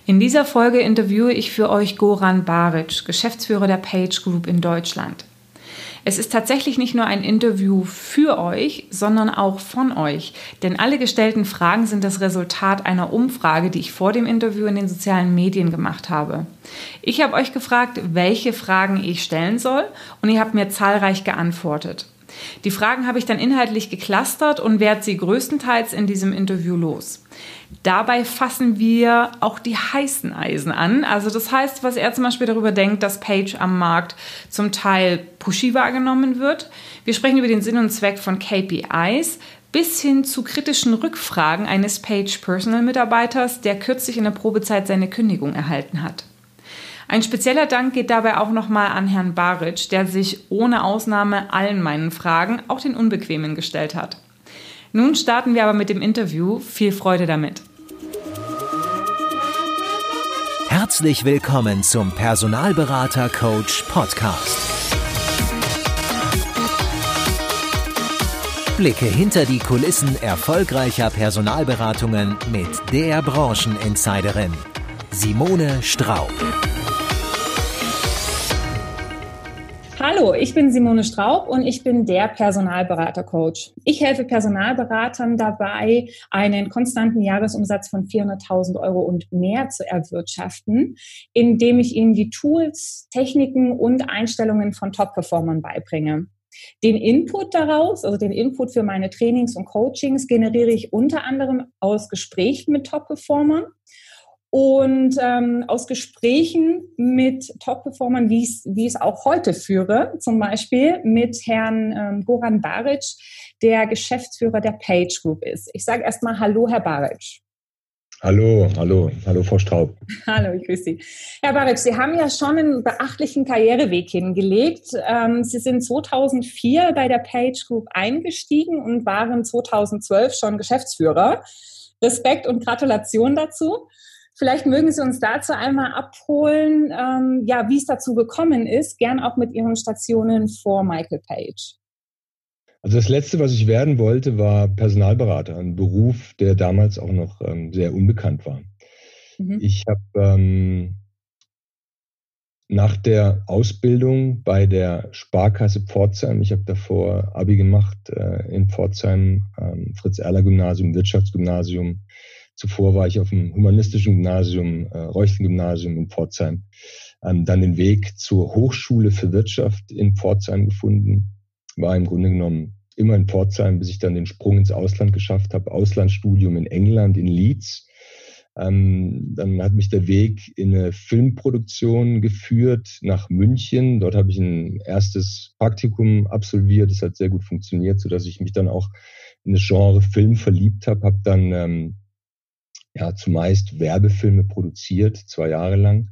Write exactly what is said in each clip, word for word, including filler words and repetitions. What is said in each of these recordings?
In dieser Folge interviewe ich für euch Goran Baric, Geschäftsführer der Page Group in Deutschland. Es ist tatsächlich nicht nur ein Interview für euch, sondern auch von euch. Denn alle gestellten Fragen sind das Resultat einer Umfrage, die ich vor dem Interview in den sozialen Medien gemacht habe. Ich habe euch gefragt, welche Fragen ich stellen soll, und ihr habt mir zahlreich geantwortet. Die Fragen habe ich dann inhaltlich geclustert und werde sie größtenteils in diesem Interview los. Dabei fassen wir auch die heißen Eisen an. Also das heißt, was er zum Beispiel darüber denkt, dass Page am Markt zum Teil pushy wahrgenommen wird. Wir sprechen über den Sinn und Zweck von K P Is bis hin zu kritischen Rückfragen eines Page-Personal-Mitarbeiters, der kürzlich in der Probezeit seine Kündigung erhalten hat. Ein spezieller Dank geht dabei auch nochmal an Herrn Baric, der sich ohne Ausnahme allen meinen Fragen, auch den unbequemen, gestellt hat. Nun starten wir aber mit dem Interview. Viel Freude damit. Herzlich willkommen zum Personalberater Coach Podcast. Blicke hinter die Kulissen erfolgreicher Personalberatungen mit der Brancheninsiderin Simone Straub. Hallo, ich bin Simone Straub und ich bin der Personalberater-Coach. Ich helfe Personalberatern dabei, einen konstanten Jahresumsatz von vierhunderttausend Euro und mehr zu erwirtschaften, indem ich ihnen die Tools, Techniken und Einstellungen von Top-Performern beibringe. Den Input daraus, also den Input für meine Trainings und Coachings, generiere ich unter anderem aus Gesprächen mit Top-Performern. Und ähm, aus Gesprächen mit Top-Performern, wie ich wie ich es auch heute führe, zum Beispiel mit Herrn ähm, Goran Baric, der Geschäftsführer der Page Group ist. Ich sage erstmal Hallo, Herr Baric. Hallo, hallo, hallo, Frau Straub. Hallo, ich grüße Sie. Herr Baric, Sie haben ja schon einen beachtlichen Karriereweg hingelegt. Ähm, Sie sind zweitausendvier bei der Page Group eingestiegen und waren zweitausendzwölf schon Geschäftsführer. Respekt und Gratulation dazu. Vielleicht mögen Sie uns dazu einmal abholen, ähm, ja, wie es dazu gekommen ist, gern auch mit Ihren Stationen vor Michael Page. Also das Letzte, was ich werden wollte, war Personalberater, ein Beruf, der damals auch noch ähm, sehr unbekannt war. Mhm. Ich habe ähm, nach der Ausbildung bei der Sparkasse Pforzheim, ich habe davor Abi gemacht äh, in Pforzheim, ähm, Fritz-Erler-Gymnasium, Wirtschaftsgymnasium. Zuvor war ich auf dem humanistischen Gymnasium, äh, Reuchlin-Gymnasium in Pforzheim. Ähm, dann den Weg zur Hochschule für Wirtschaft in Pforzheim gefunden. War im Grunde genommen immer in Pforzheim, bis ich dann den Sprung ins Ausland geschafft habe. Auslandsstudium in England, in Leeds. Ähm, dann hat mich der Weg in eine Filmproduktion geführt nach München. Dort habe ich ein erstes Praktikum absolviert. Das hat sehr gut funktioniert, sodass ich mich dann auch in das Genre Film verliebt habe. Habe dann ähm, ja zumeist Werbefilme produziert, zwei Jahre lang,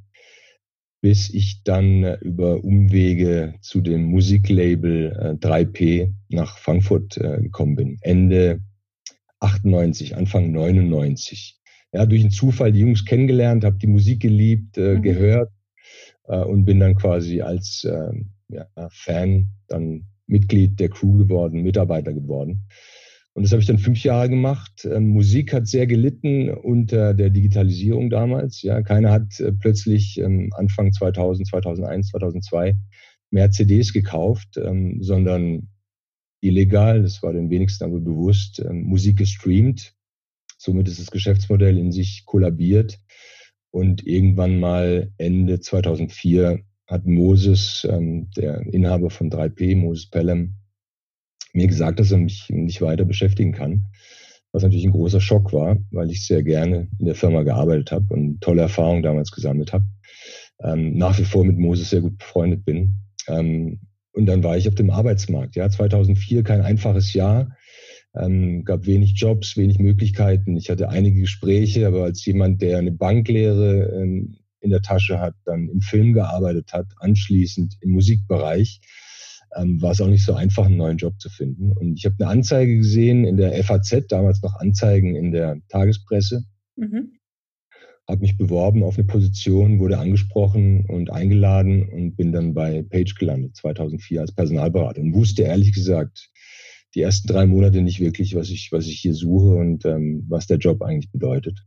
bis ich dann äh, über Umwege zu dem Musiklabel äh, drei P nach Frankfurt äh, gekommen bin. Ende achtundneunzig, Anfang neunundneunzig. Ja, durch einen Zufall die Jungs kennengelernt, habe die Musik geliebt, äh, mhm. gehört äh, und bin dann quasi als äh, ja, Fan dann Mitglied der Crew geworden, Mitarbeiter geworden. Und das habe ich dann fünf Jahre gemacht. Ähm, Musik hat sehr gelitten unter der Digitalisierung damals. Ja, keiner hat äh, plötzlich ähm, Anfang zweitausend, zweitausendeins, zweitausendzwei mehr C Ds gekauft, ähm, sondern illegal, das war den wenigsten aber bewusst, ähm, Musik gestreamt. Somit ist das Geschäftsmodell in sich kollabiert. Und irgendwann mal Ende zweitausendvier hat Moses, ähm, der Inhaber von drei P, Moses Pelham, mir gesagt, dass er mich nicht weiter beschäftigen kann, was natürlich ein großer Schock war, weil ich sehr gerne in der Firma gearbeitet habe und tolle Erfahrungen damals gesammelt habe. Ähm, nach wie vor mit Moses sehr gut befreundet bin. Ähm, und dann war ich auf dem Arbeitsmarkt. Ja, zweitausendvier kein einfaches Jahr, ähm, gab wenig Jobs, wenig Möglichkeiten. Ich hatte einige Gespräche, aber als jemand, der eine Banklehre ähm, in der Tasche hat, dann im Film gearbeitet hat, anschließend im Musikbereich, Ähm, war es auch nicht so einfach, einen neuen Job zu finden. Und ich habe eine Anzeige gesehen in der F A Z, damals noch Anzeigen in der Tagespresse, mhm. habe mich beworben auf eine Position, wurde angesprochen und eingeladen und bin dann bei Page gelandet, zweitausendvier als Personalberater und wusste ehrlich gesagt die ersten drei Monate nicht wirklich, was ich, was ich hier suche und ähm, was der Job eigentlich bedeutet.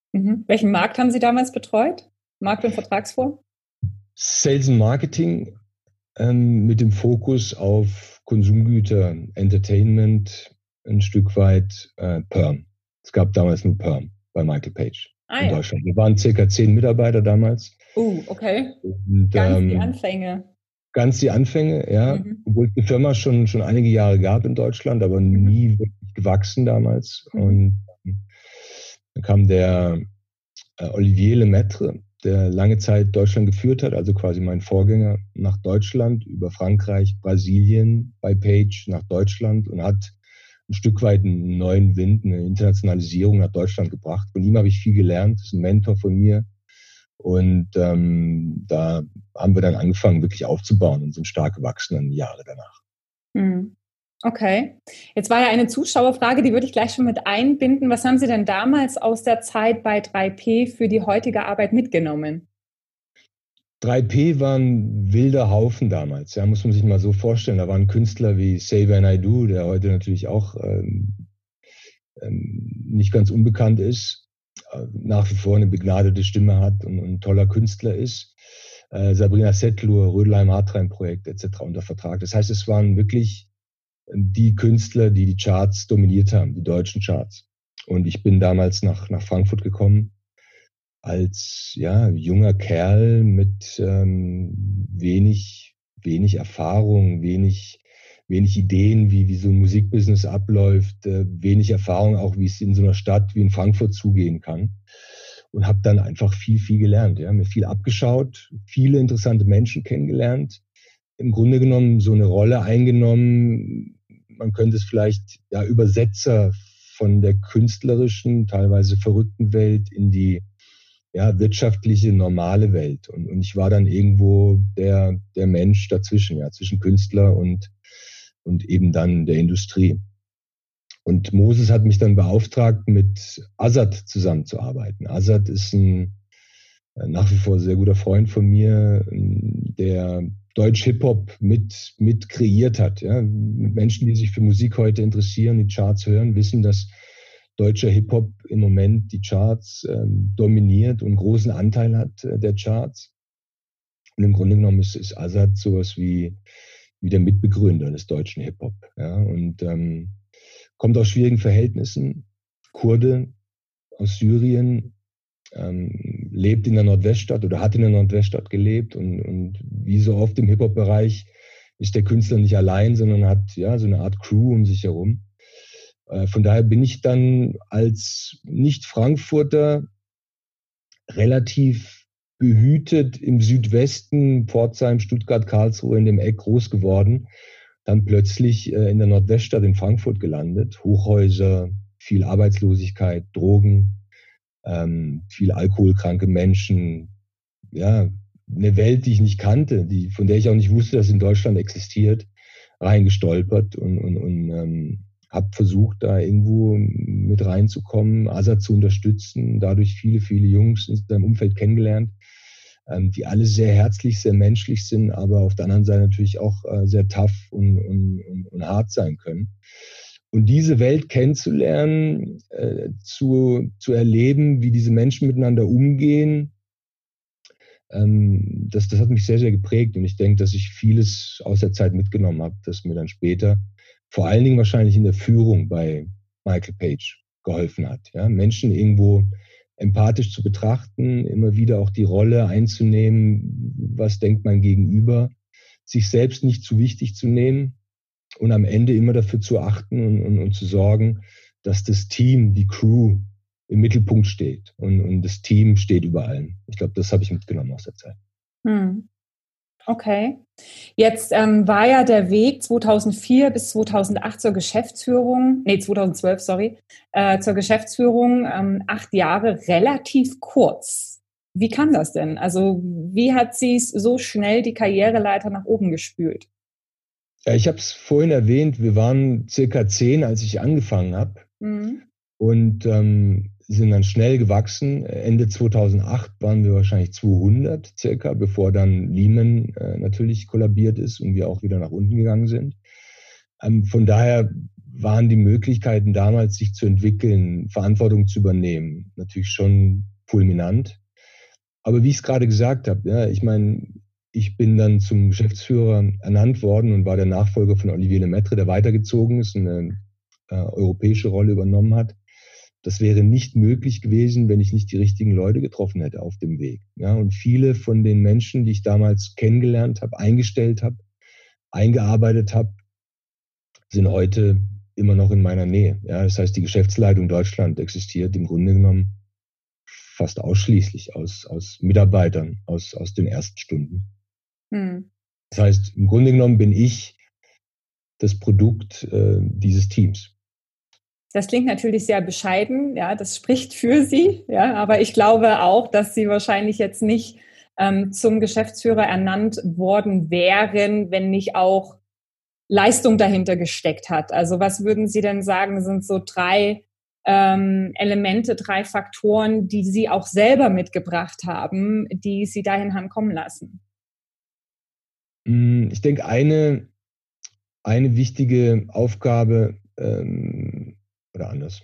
Mhm. Welchen Markt haben Sie damals betreut? Markt- und Vertragsform? Sales and Marketing ähm, mit dem Fokus auf Konsumgüter, Entertainment, ein Stück weit äh, Perm. Es gab damals nur Perm bei Michael Page Ah in ja. Deutschland. Wir waren circa zehn Mitarbeiter damals. Oh, okay. Und, Ganz die ähm, Anfänge. Ganz die Anfänge, ja. Mhm. Obwohl es die Firma schon, schon einige Jahre gab in Deutschland, aber Mhm. nie wirklich gewachsen damals. Mhm. Und dann kam der äh, Olivier Lemaitre, der lange Zeit Deutschland geführt hat, also quasi mein Vorgänger, nach Deutschland, über Frankreich, Brasilien, bei Page nach Deutschland und hat ein Stück weit einen neuen Wind, eine Internationalisierung nach Deutschland gebracht. Von ihm habe ich viel gelernt, ist ein Mentor von mir. Und ähm, da haben wir dann angefangen, wirklich aufzubauen und sind stark gewachsen in die Jahre danach. Mhm. Okay. Jetzt war ja eine Zuschauerfrage, die würde ich gleich schon mit einbinden. Was haben Sie denn damals aus der Zeit bei drei P für die heutige Arbeit mitgenommen? drei P war ein wilder Haufen damals, ja, muss man sich mal so vorstellen. Da waren Künstler wie Xavier Naidoo, der heute natürlich auch ähm, ähm, nicht ganz unbekannt ist, äh, nach wie vor eine begnadete Stimme hat und, und ein toller Künstler ist. Äh, Sabrina Setlur, Rödelheim-Hartheim-Projekt et cetera unter Vertrag. Das heißt, es waren wirklich die Künstler, die die Charts dominiert haben, die deutschen Charts. Und ich bin damals nach, nach Frankfurt gekommen als ja, junger Kerl mit ähm, wenig, wenig Erfahrung, wenig, wenig Ideen, wie, wie so ein Musikbusiness abläuft, äh, wenig Erfahrung auch, wie es in so einer Stadt wie in Frankfurt zugehen kann. Und habe dann einfach viel, viel gelernt. Ja, mir viel abgeschaut, viele interessante Menschen kennengelernt. Im Grunde genommen so eine Rolle eingenommen, man könnte es vielleicht ja Übersetzer von der künstlerischen, teilweise verrückten Welt in die ja, wirtschaftliche, normale Welt. Und, und ich war dann irgendwo der, der Mensch dazwischen, ja, zwischen Künstler und, und eben dann der Industrie. Und Moses hat mich dann beauftragt, mit Azad zusammenzuarbeiten. Azad ist ein nach wie vor sehr guter Freund von mir, der Deutsch-Hip-Hop mit, mit kreiert hat. Ja. Menschen, die sich für Musik heute interessieren, die Charts hören, wissen, dass deutscher Hip-Hop im Moment die Charts ähm, dominiert und einen großen Anteil hat äh, der Charts. Und im Grunde genommen ist, ist Azad sowas wie, wie der Mitbegründer des deutschen Hip-Hop. Ja. Und ähm, kommt aus schwierigen Verhältnissen, Kurde aus Syrien, ähm, lebt in der Nordweststadt oder hat in der Nordweststadt gelebt und, und wie so oft im Hip-Hop-Bereich ist der Künstler nicht allein, sondern hat ja so eine Art Crew um sich herum. Äh, von daher bin ich dann als Nicht-Frankfurter relativ behütet im Südwesten, Pforzheim, Stuttgart, Karlsruhe in dem Eck groß geworden, dann plötzlich äh, in der Nordweststadt in Frankfurt gelandet. Hochhäuser, viel Arbeitslosigkeit, Drogen, ähm, viel alkoholkranke Menschen, ja, eine Welt, die ich nicht kannte, die, von der ich auch nicht wusste, dass sie in Deutschland existiert, reingestolpert und, und, und ähm, habe versucht, da irgendwo mit reinzukommen, Azad zu unterstützen, dadurch viele, viele Jungs in seinem Umfeld kennengelernt, ähm, die alle sehr herzlich, sehr menschlich sind, aber auf der anderen Seite natürlich auch äh, sehr tough und, und, und, und hart sein können. Und diese Welt kennenzulernen, äh, zu, zu erleben, wie diese Menschen miteinander umgehen, ähm, das, das hat mich sehr, sehr geprägt. Und ich denke, dass ich vieles aus der Zeit mitgenommen habe, das mir dann später, vor allen Dingen wahrscheinlich in der Führung bei Michael Page geholfen hat. Ja? Menschen irgendwo empathisch zu betrachten, immer wieder auch die Rolle einzunehmen, was denkt mein Gegenüber, sich selbst nicht zu wichtig zu nehmen, und am Ende immer dafür zu achten und, und, und zu sorgen, dass das Team, die Crew im Mittelpunkt steht. Und, und das Team steht über allem. Ich glaube, das habe ich mitgenommen aus der Zeit. Hm. Okay. Jetzt ähm, war ja der Weg zweitausendvier bis zweitausendacht zur Geschäftsführung, nee, zweitausendzwölf, sorry, äh, zur Geschäftsführung ähm, acht Jahre relativ kurz. Wie kam das denn? Also wie hat sie es so schnell die Karriereleiter nach oben gespült? Ja, ich habe es vorhin erwähnt, wir waren circa zehn, als ich angefangen habe. Mhm. Und ähm, sind dann schnell gewachsen. Ende zweitausendacht waren wir wahrscheinlich zweihundert circa, bevor dann Lehman äh, natürlich kollabiert ist und wir auch wieder nach unten gegangen sind. Ähm, von daher waren die Möglichkeiten damals, sich zu entwickeln, Verantwortung zu übernehmen, natürlich schon fulminant. Aber wie ich es gerade gesagt habe, ja, ich meine, ich bin dann zum Geschäftsführer ernannt worden und war der Nachfolger von Olivier Lemaitre, der weitergezogen ist, eine äh, europäische Rolle übernommen hat. Das wäre nicht möglich gewesen, wenn ich nicht die richtigen Leute getroffen hätte auf dem Weg. Ja, und viele von den Menschen, die ich damals kennengelernt habe, eingestellt habe, eingearbeitet habe, sind heute immer noch in meiner Nähe. Ja, das heißt, die Geschäftsleitung Deutschland existiert im Grunde genommen fast ausschließlich aus, aus Mitarbeitern aus, aus den ersten Stunden. Hm. Das heißt, im Grunde genommen bin ich das Produkt äh, dieses Teams. Das klingt natürlich sehr bescheiden, ja, das spricht für Sie, ja, aber ich glaube auch, dass Sie wahrscheinlich jetzt nicht ähm, zum Geschäftsführer ernannt worden wären, wenn nicht auch Leistung dahinter gesteckt hat. Also was würden Sie denn sagen, sind so drei ähm, Elemente, drei Faktoren, die Sie auch selber mitgebracht haben, die Sie dahin haben kommen lassen? Ich denke, eine, eine wichtige Aufgabe ähm, oder anders.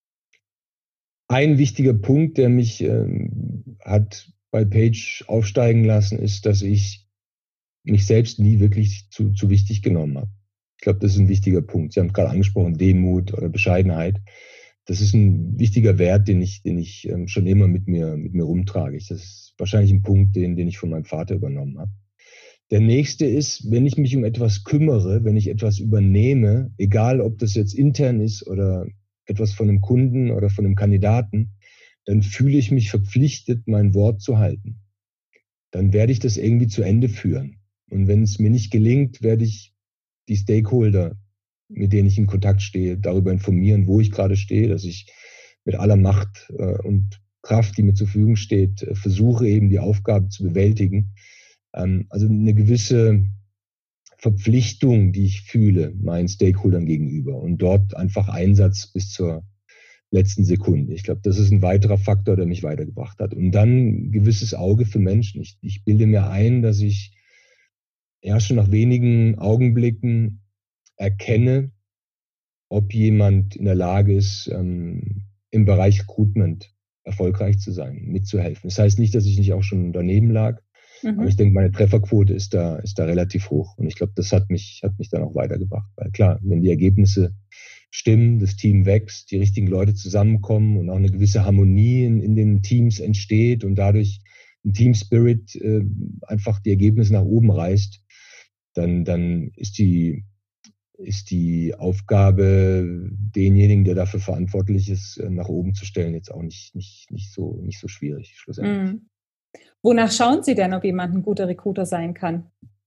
Ein wichtiger Punkt, der mich ähm, hat bei Page aufsteigen lassen, ist, dass ich mich selbst nie wirklich zu, zu wichtig genommen habe. Ich glaube, das ist ein wichtiger Punkt. Sie haben es gerade angesprochen, Demut oder Bescheidenheit. Das ist ein wichtiger Wert, den ich, den ich ähm, schon immer mit mir, mit mir rumtrage. Das ist wahrscheinlich ein Punkt, den, den ich von meinem Vater übernommen habe. Der nächste ist, wenn ich mich um etwas kümmere, wenn ich etwas übernehme, egal ob das jetzt intern ist oder etwas von einem Kunden oder von einem Kandidaten, dann fühle ich mich verpflichtet, mein Wort zu halten. Dann werde ich das irgendwie zu Ende führen. Und wenn es mir nicht gelingt, werde ich die Stakeholder, mit denen ich in Kontakt stehe, darüber informieren, wo ich gerade stehe, dass ich mit aller Macht äh, und Kraft, die mir zur Verfügung steht, äh, versuche eben die Aufgabe zu bewältigen. Ähm, also eine gewisse Verpflichtung, die ich fühle, meinen Stakeholdern gegenüber und dort einfach Einsatz bis zur letzten Sekunde. Ich glaube, das ist ein weiterer Faktor, der mich weitergebracht hat. Und dann ein gewisses Auge für Menschen. Ich, ich bilde mir ein, dass ich ja schon nach wenigen Augenblicken erkenne, ob jemand in der Lage ist, ähm, im Bereich Recruitment erfolgreich zu sein, mitzuhelfen. Das heißt nicht, dass ich nicht auch schon daneben lag, mhm. aber ich denke, meine Trefferquote ist da, ist da relativ hoch. Und ich glaube, das hat mich, hat mich dann auch weitergebracht. Weil klar, wenn die Ergebnisse stimmen, das Team wächst, die richtigen Leute zusammenkommen und auch eine gewisse Harmonie in, in den Teams entsteht und dadurch ein Team-Spirit äh, einfach die Ergebnisse nach oben reißt, dann, dann ist die, ist die Aufgabe, denjenigen, der dafür verantwortlich ist, nach oben zu stellen, jetzt auch nicht, nicht, nicht, so, nicht so schwierig, schlussendlich. Mhm. Wonach schauen Sie denn, ob jemand ein guter Recruiter sein kann?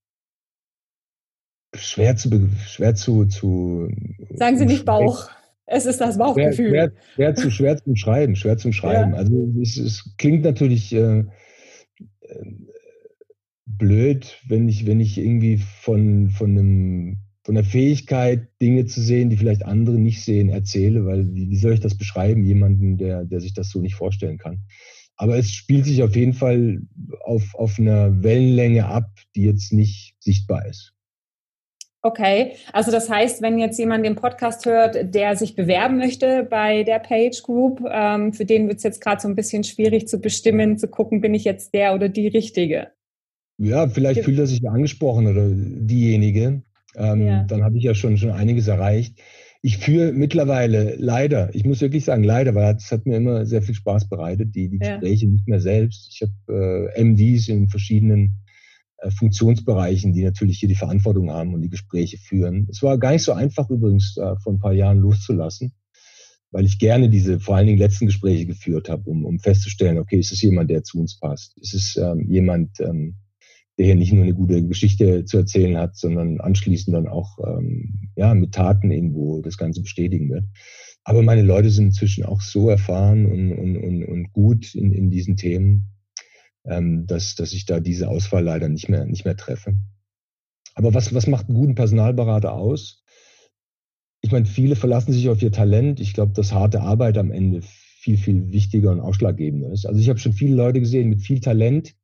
Schwer zu, schwer zu, zu Sagen Sie nicht Bauch. Es ist das Bauchgefühl. Schwer, schwer, schwer, zu, schwer zum Schreiben, schwer zum Schreiben. Ja. Also es, es klingt natürlich äh, blöd, wenn ich, wenn ich irgendwie von, von einem, von der Fähigkeit, Dinge zu sehen, die vielleicht andere nicht sehen, erzähle, weil wie, wie soll ich das beschreiben, jemanden, der, der sich das so nicht vorstellen kann. Aber es spielt sich auf jeden Fall auf, auf einer Wellenlänge ab, die jetzt nicht sichtbar ist. Okay, also das heißt, wenn jetzt jemand den Podcast hört, der sich bewerben möchte bei der Page Group, ähm, für den wird es jetzt gerade so ein bisschen schwierig zu bestimmen, zu gucken, bin ich jetzt der oder die Richtige? Ja, vielleicht fühlt er sich angesprochen oder diejenige. Ähm, ja. Dann habe ich ja schon, schon einiges erreicht. Ich führe mittlerweile leider, ich muss wirklich sagen leider, weil es hat mir immer sehr viel Spaß bereitet, die, die Gespräche ja. nicht mehr selbst. Ich habe äh, M Ds in verschiedenen äh, Funktionsbereichen, die natürlich hier die Verantwortung haben und die Gespräche führen. Es war gar nicht so einfach übrigens, äh, vor ein paar Jahren loszulassen, weil ich gerne diese vor allen Dingen letzten Gespräche geführt habe, um, um festzustellen, okay, ist es jemand, der zu uns passt? Ist es ähm, jemand, ähm, der hier nicht nur eine gute Geschichte zu erzählen hat, sondern anschließend dann auch ähm, ja mit Taten irgendwo das Ganze bestätigen wird. Aber meine Leute sind inzwischen auch so erfahren und, und, und, und gut in, in diesen Themen, ähm, dass, dass ich da diese Auswahl leider nicht mehr, nicht mehr treffe. Aber was, was macht einen guten Personalberater aus? Ich meine, viele verlassen sich auf ihr Talent. Ich glaube, dass harte Arbeit am Ende viel, viel wichtiger und ausschlaggebender ist. Also ich habe schon viele Leute gesehen mit viel Talent,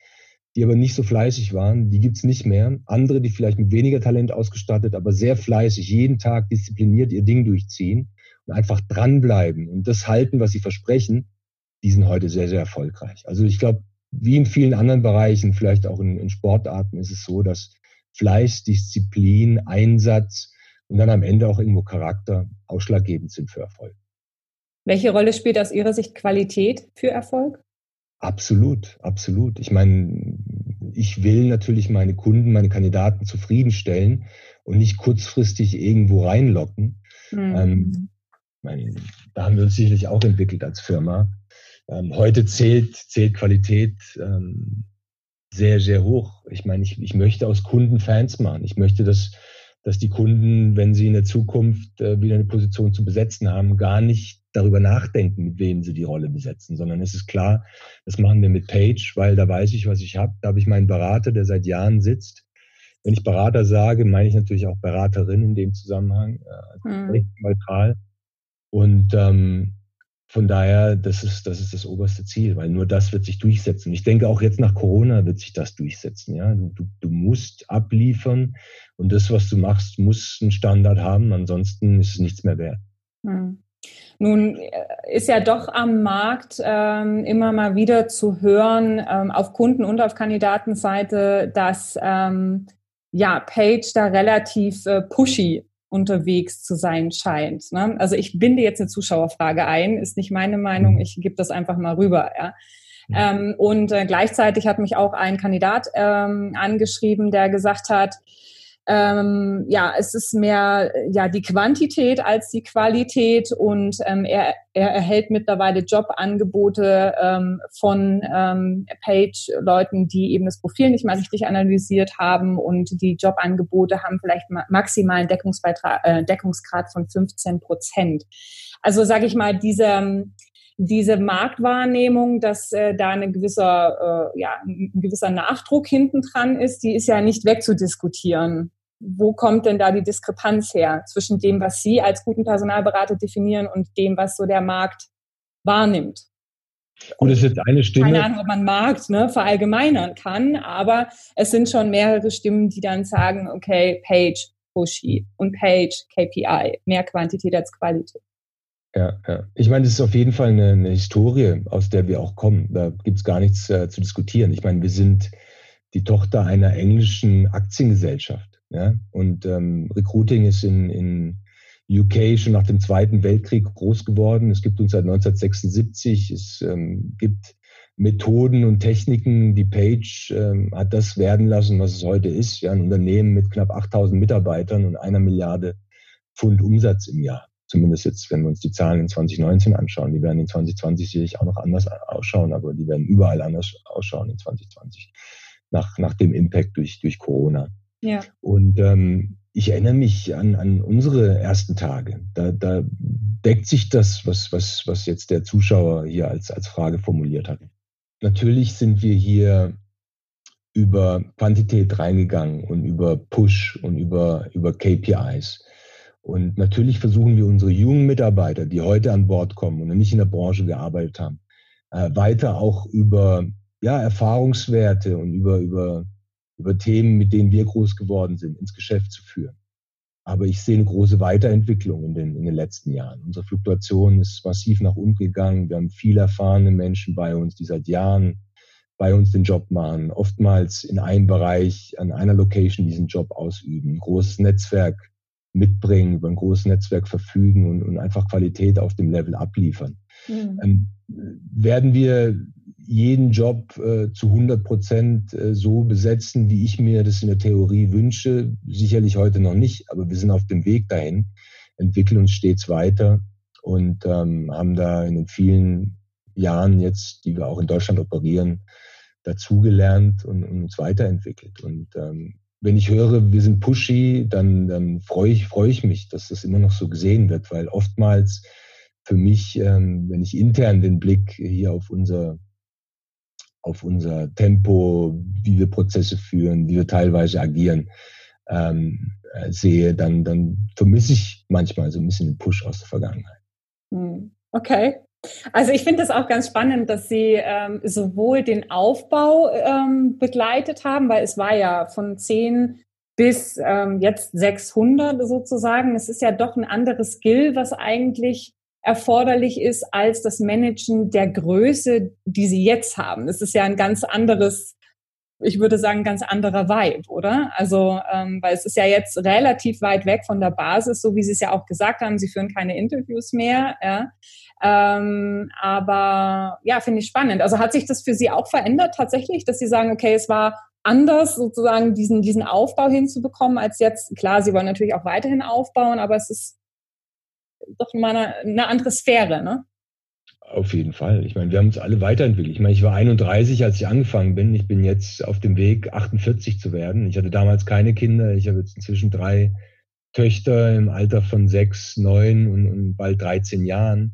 die aber nicht so fleißig waren, die gibt's nicht mehr. Andere, die vielleicht mit weniger Talent ausgestattet, aber sehr fleißig, jeden Tag diszipliniert ihr Ding durchziehen und einfach dranbleiben und das halten, was sie versprechen, die sind heute sehr, sehr erfolgreich. Also ich glaube, wie in vielen anderen Bereichen, vielleicht auch in, in Sportarten, ist es so, dass Fleiß, Disziplin, Einsatz und dann am Ende auch irgendwo Charakter ausschlaggebend sind für Erfolg. Welche Rolle spielt aus Ihrer Sicht Qualität für Erfolg? Absolut, absolut. Ich meine, ich will natürlich meine Kunden, meine Kandidaten zufriedenstellen und nicht kurzfristig irgendwo reinlocken. Mhm. Ähm, meine, da haben wir uns sicherlich auch entwickelt als Firma. Ähm, heute zählt, zählt Qualität ähm, sehr, sehr hoch. Ich meine, ich, ich möchte aus Kunden Fans machen. Ich möchte, dass, dass die Kunden, wenn sie in der Zukunft äh, wieder eine Position zu besetzen haben, gar nicht darüber nachdenken, mit wem sie die Rolle besetzen, sondern es ist klar, das machen wir mit Page, weil da weiß ich, was ich habe. Da habe ich meinen Berater, der seit Jahren sitzt. Wenn ich Berater sage, meine ich natürlich auch Beraterin in dem Zusammenhang, also mhm. neutral. Und ähm, von daher, das ist, das ist das oberste Ziel, weil nur das wird sich durchsetzen. Ich denke, auch jetzt nach Corona wird sich das durchsetzen. Ja, du, du, du musst abliefern und das, was du machst, muss einen Standard haben. Ansonsten ist es nichts mehr wert. Hm. Nun ist ja doch am Markt ähm, immer mal wieder zu hören, ähm, auf Kunden- und auf Kandidatenseite, dass ähm, ja, Page da relativ äh, pushy unterwegs zu sein scheint. Ne? Also ich binde jetzt eine Zuschauerfrage ein, ist nicht meine Meinung, ich gebe das einfach mal rüber. Ja? Ja. Ähm, und äh, gleichzeitig hat mich auch ein Kandidat ähm, angeschrieben, der gesagt hat, ähm, ja, es ist mehr ja die Quantität als die Qualität und ähm, er, er erhält mittlerweile Jobangebote ähm, von ähm, Page-Leuten, die eben das Profil nicht mal richtig analysiert haben und die Jobangebote haben vielleicht ma- maximalen Deckungsbeitrag, äh, Deckungsgrad von fünfzehn Prozent. Also sage ich mal, diese diese Marktwahrnehmung, dass äh, da eine gewisser, äh, ja, ein gewisser Nachdruck hinten dran ist, die ist ja nicht wegzudiskutieren. Wo kommt denn da die Diskrepanz her zwischen dem, was Sie als guten Personalberater definieren und dem, was so der Markt wahrnimmt? Gut, das ist jetzt eine Stimme. Keine Ahnung, ob man Markt ne, verallgemeinern kann, aber es sind schon mehrere Stimmen, die dann sagen, okay, Page, pushy und Page, K P I, mehr Quantität als Qualität. Ja, ja. Ich meine, das ist auf jeden Fall eine, eine Historie, aus der wir auch kommen. Da gibt's gar nichts äh, zu diskutieren. Ich meine, wir sind die Tochter einer englischen Aktiengesellschaft. Ja? Und ähm, Recruiting ist in, in U K schon nach dem Zweiten Weltkrieg groß geworden. Es gibt uns seit neunzehnhundertsechsundsiebzig. Es ähm, gibt Methoden und Techniken. Die Page ähm, hat das werden lassen, was es heute ist. Ja? Ein Unternehmen mit knapp achttausend Mitarbeitern und einer Milliarde Pfund Umsatz im Jahr. Zumindest jetzt, wenn wir uns die Zahlen in zwanzig neunzehn anschauen. Die werden in zwanzig zwanzig sicherlich auch noch anders ausschauen, aber die werden überall anders ausschauen in zwanzig zwanzig nach, nach dem Impact durch, durch Corona. Ja. Und ähm, ich erinnere mich an, an unsere ersten Tage. Da, da deckt sich das, was, was, was jetzt der Zuschauer hier als, als Frage formuliert hat. Natürlich sind wir hier über Quantität reingegangen und über Push und über, über K P Is. Und natürlich versuchen wir unsere jungen Mitarbeiter, die heute an Bord kommen und nicht in der Branche gearbeitet haben, äh, weiter auch über ja, Erfahrungswerte und über, über, über Themen, mit denen wir groß geworden sind, ins Geschäft zu führen. Aber ich sehe eine große Weiterentwicklung in den, in den letzten Jahren. Unsere Fluktuation ist massiv nach unten gegangen. Wir haben viel erfahrene Menschen bei uns, die seit Jahren bei uns den Job machen, oftmals in einem Bereich, an einer Location diesen Job ausüben, ein großes Netzwerk mitbringen, über ein großes Netzwerk verfügen und, und einfach Qualität auf dem Level abliefern. Mhm. Ähm, werden wir jeden Job äh, zu hundert Prozent äh, so besetzen, wie ich mir das in der Theorie wünsche? Sicherlich heute noch nicht, aber wir sind auf dem Weg dahin, entwickeln uns stets weiter und ähm, haben da in den vielen Jahren jetzt, die wir auch in Deutschland operieren, dazugelernt und, und uns weiterentwickelt. Und ähm, wenn ich höre, wir sind pushy, dann, dann freue ich, freue ich mich, dass das immer noch so gesehen wird, weil oftmals für mich, ähm, wenn ich intern den Blick hier auf unser, auf unser Tempo, wie wir Prozesse führen, wie wir teilweise agieren, ähm, sehe, dann, dann vermisse ich manchmal so ein bisschen den Push aus der Vergangenheit. Okay. Also ich finde das auch ganz spannend, dass Sie ähm, sowohl den Aufbau ähm, begleitet haben, weil es war ja von zehn bis ähm, jetzt sechshundert sozusagen. Es ist ja doch ein anderes Skill, was eigentlich erforderlich ist als das Managen der Größe, die Sie jetzt haben. Das ist ja ein ganz anderes, ich würde sagen, ein ganz anderer Vibe, oder? Also, ähm, weil es ist ja jetzt relativ weit weg von der Basis, so wie Sie es ja auch gesagt haben, Sie führen keine Interviews mehr, ja. Ähm, aber ja, finde ich spannend. Also hat sich das für Sie auch verändert tatsächlich, dass Sie sagen, okay, es war anders sozusagen diesen, diesen Aufbau hinzubekommen als jetzt? Klar, Sie wollen natürlich auch weiterhin aufbauen, aber es ist doch mal eine, eine andere Sphäre, ne? Auf jeden Fall. Ich meine, wir haben uns alle weiterentwickelt. Ich meine, ich war einunddreißig, als ich angefangen bin. Ich bin jetzt auf dem Weg, achtundvierzig zu werden. Ich hatte damals keine Kinder. Ich habe jetzt inzwischen drei Töchter im Alter von sechs, neun und, und bald dreizehn Jahren.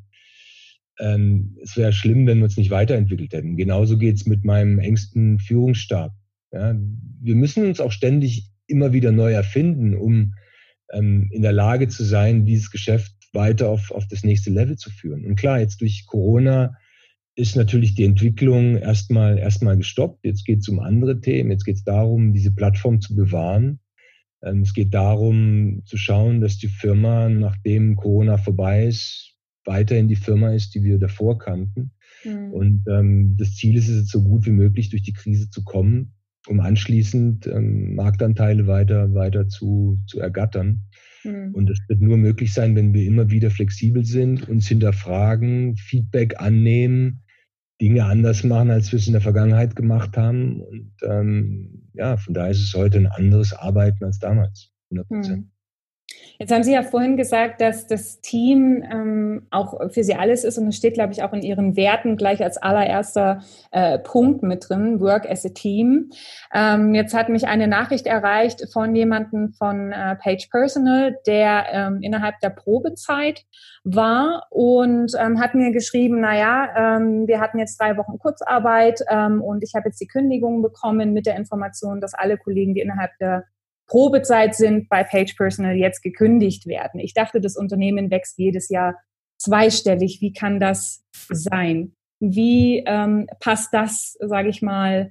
Ähm, es wäre schlimm, wenn wir uns nicht weiterentwickelt hätten. Genauso geht's mit meinem engsten Führungsstab. Ja, wir müssen uns auch ständig immer wieder neu erfinden, um ähm, in der Lage zu sein, dieses Geschäft weiter auf, auf das nächste Level zu führen. Und klar, jetzt durch Corona ist natürlich die Entwicklung erstmal erstmal gestoppt. Jetzt geht es um andere Themen. Jetzt geht es darum, diese Plattform zu bewahren. Ähm, es geht darum, zu schauen, dass die Firma, nachdem Corona vorbei ist, weiterhin die Firma ist, die wir davor kannten. Mhm. Und ähm, das Ziel ist es, jetzt so gut wie möglich durch die Krise zu kommen, um anschließend ähm, Marktanteile weiter, weiter zu, zu ergattern. Mhm. Und das wird nur möglich sein, wenn wir immer wieder flexibel sind, uns hinterfragen, Feedback annehmen, Dinge anders machen, als wir es in der Vergangenheit gemacht haben. Und ähm, ja, von daher ist es heute ein anderes Arbeiten als damals, hundert Prozent. Mhm. Jetzt haben Sie ja vorhin gesagt, dass das Team ähm, auch für Sie alles ist und es steht, glaube ich, auch in Ihren Werten gleich als allererster äh, Punkt mit drin, Work as a Team. Ähm, jetzt hat mich eine Nachricht erreicht von jemandem von äh, Page Personal, der ähm, innerhalb der Probezeit war und ähm, hat mir geschrieben, naja, ähm, wir hatten jetzt drei Wochen Kurzarbeit ähm, und ich habe jetzt die Kündigung bekommen mit der Information, dass alle Kollegen, die innerhalb der Probezeit sind, bei Page Personal jetzt gekündigt werden. Ich dachte, das Unternehmen wächst jedes Jahr zweistellig. Wie kann das sein? Wie ähm, passt das, sage ich mal,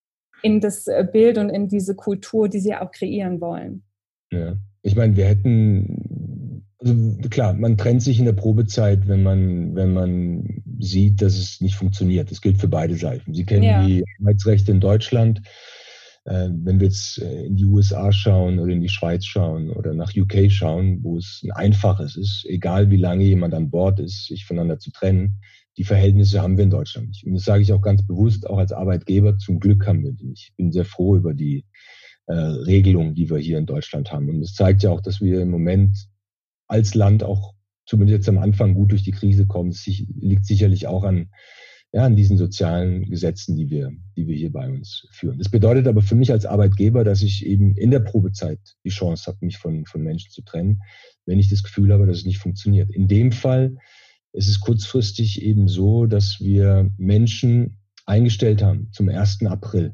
in das Bild und in diese Kultur, die Sie auch kreieren wollen? Ja, ich meine, wir hätten, also klar, man trennt sich in der Probezeit, wenn man, wenn man sieht, dass es nicht funktioniert. Das gilt für beide Seiten. Sie kennen ja die Arbeitsrechte in Deutschland. Wenn wir jetzt in die U S A schauen oder in die Schweiz schauen oder nach U K schauen, wo es ein einfaches ist, egal wie lange jemand an Bord ist, sich voneinander zu trennen, die Verhältnisse haben wir in Deutschland nicht. Und das sage ich auch ganz bewusst, auch als Arbeitgeber, zum Glück haben wir die nicht. Ich bin sehr froh über die äh, Regelungen, die wir hier in Deutschland haben. Und es zeigt ja auch, dass wir im Moment als Land auch zumindest jetzt am Anfang gut durch die Krise kommen. Es liegt sicherlich auch an Ja, an diesen sozialen Gesetzen, die wir, die wir hier bei uns führen. Das bedeutet aber für mich als Arbeitgeber, dass ich eben in der Probezeit die Chance habe, mich von, von Menschen zu trennen, wenn ich das Gefühl habe, dass es nicht funktioniert. In dem Fall ist es kurzfristig eben so, dass wir Menschen eingestellt haben zum ersten April.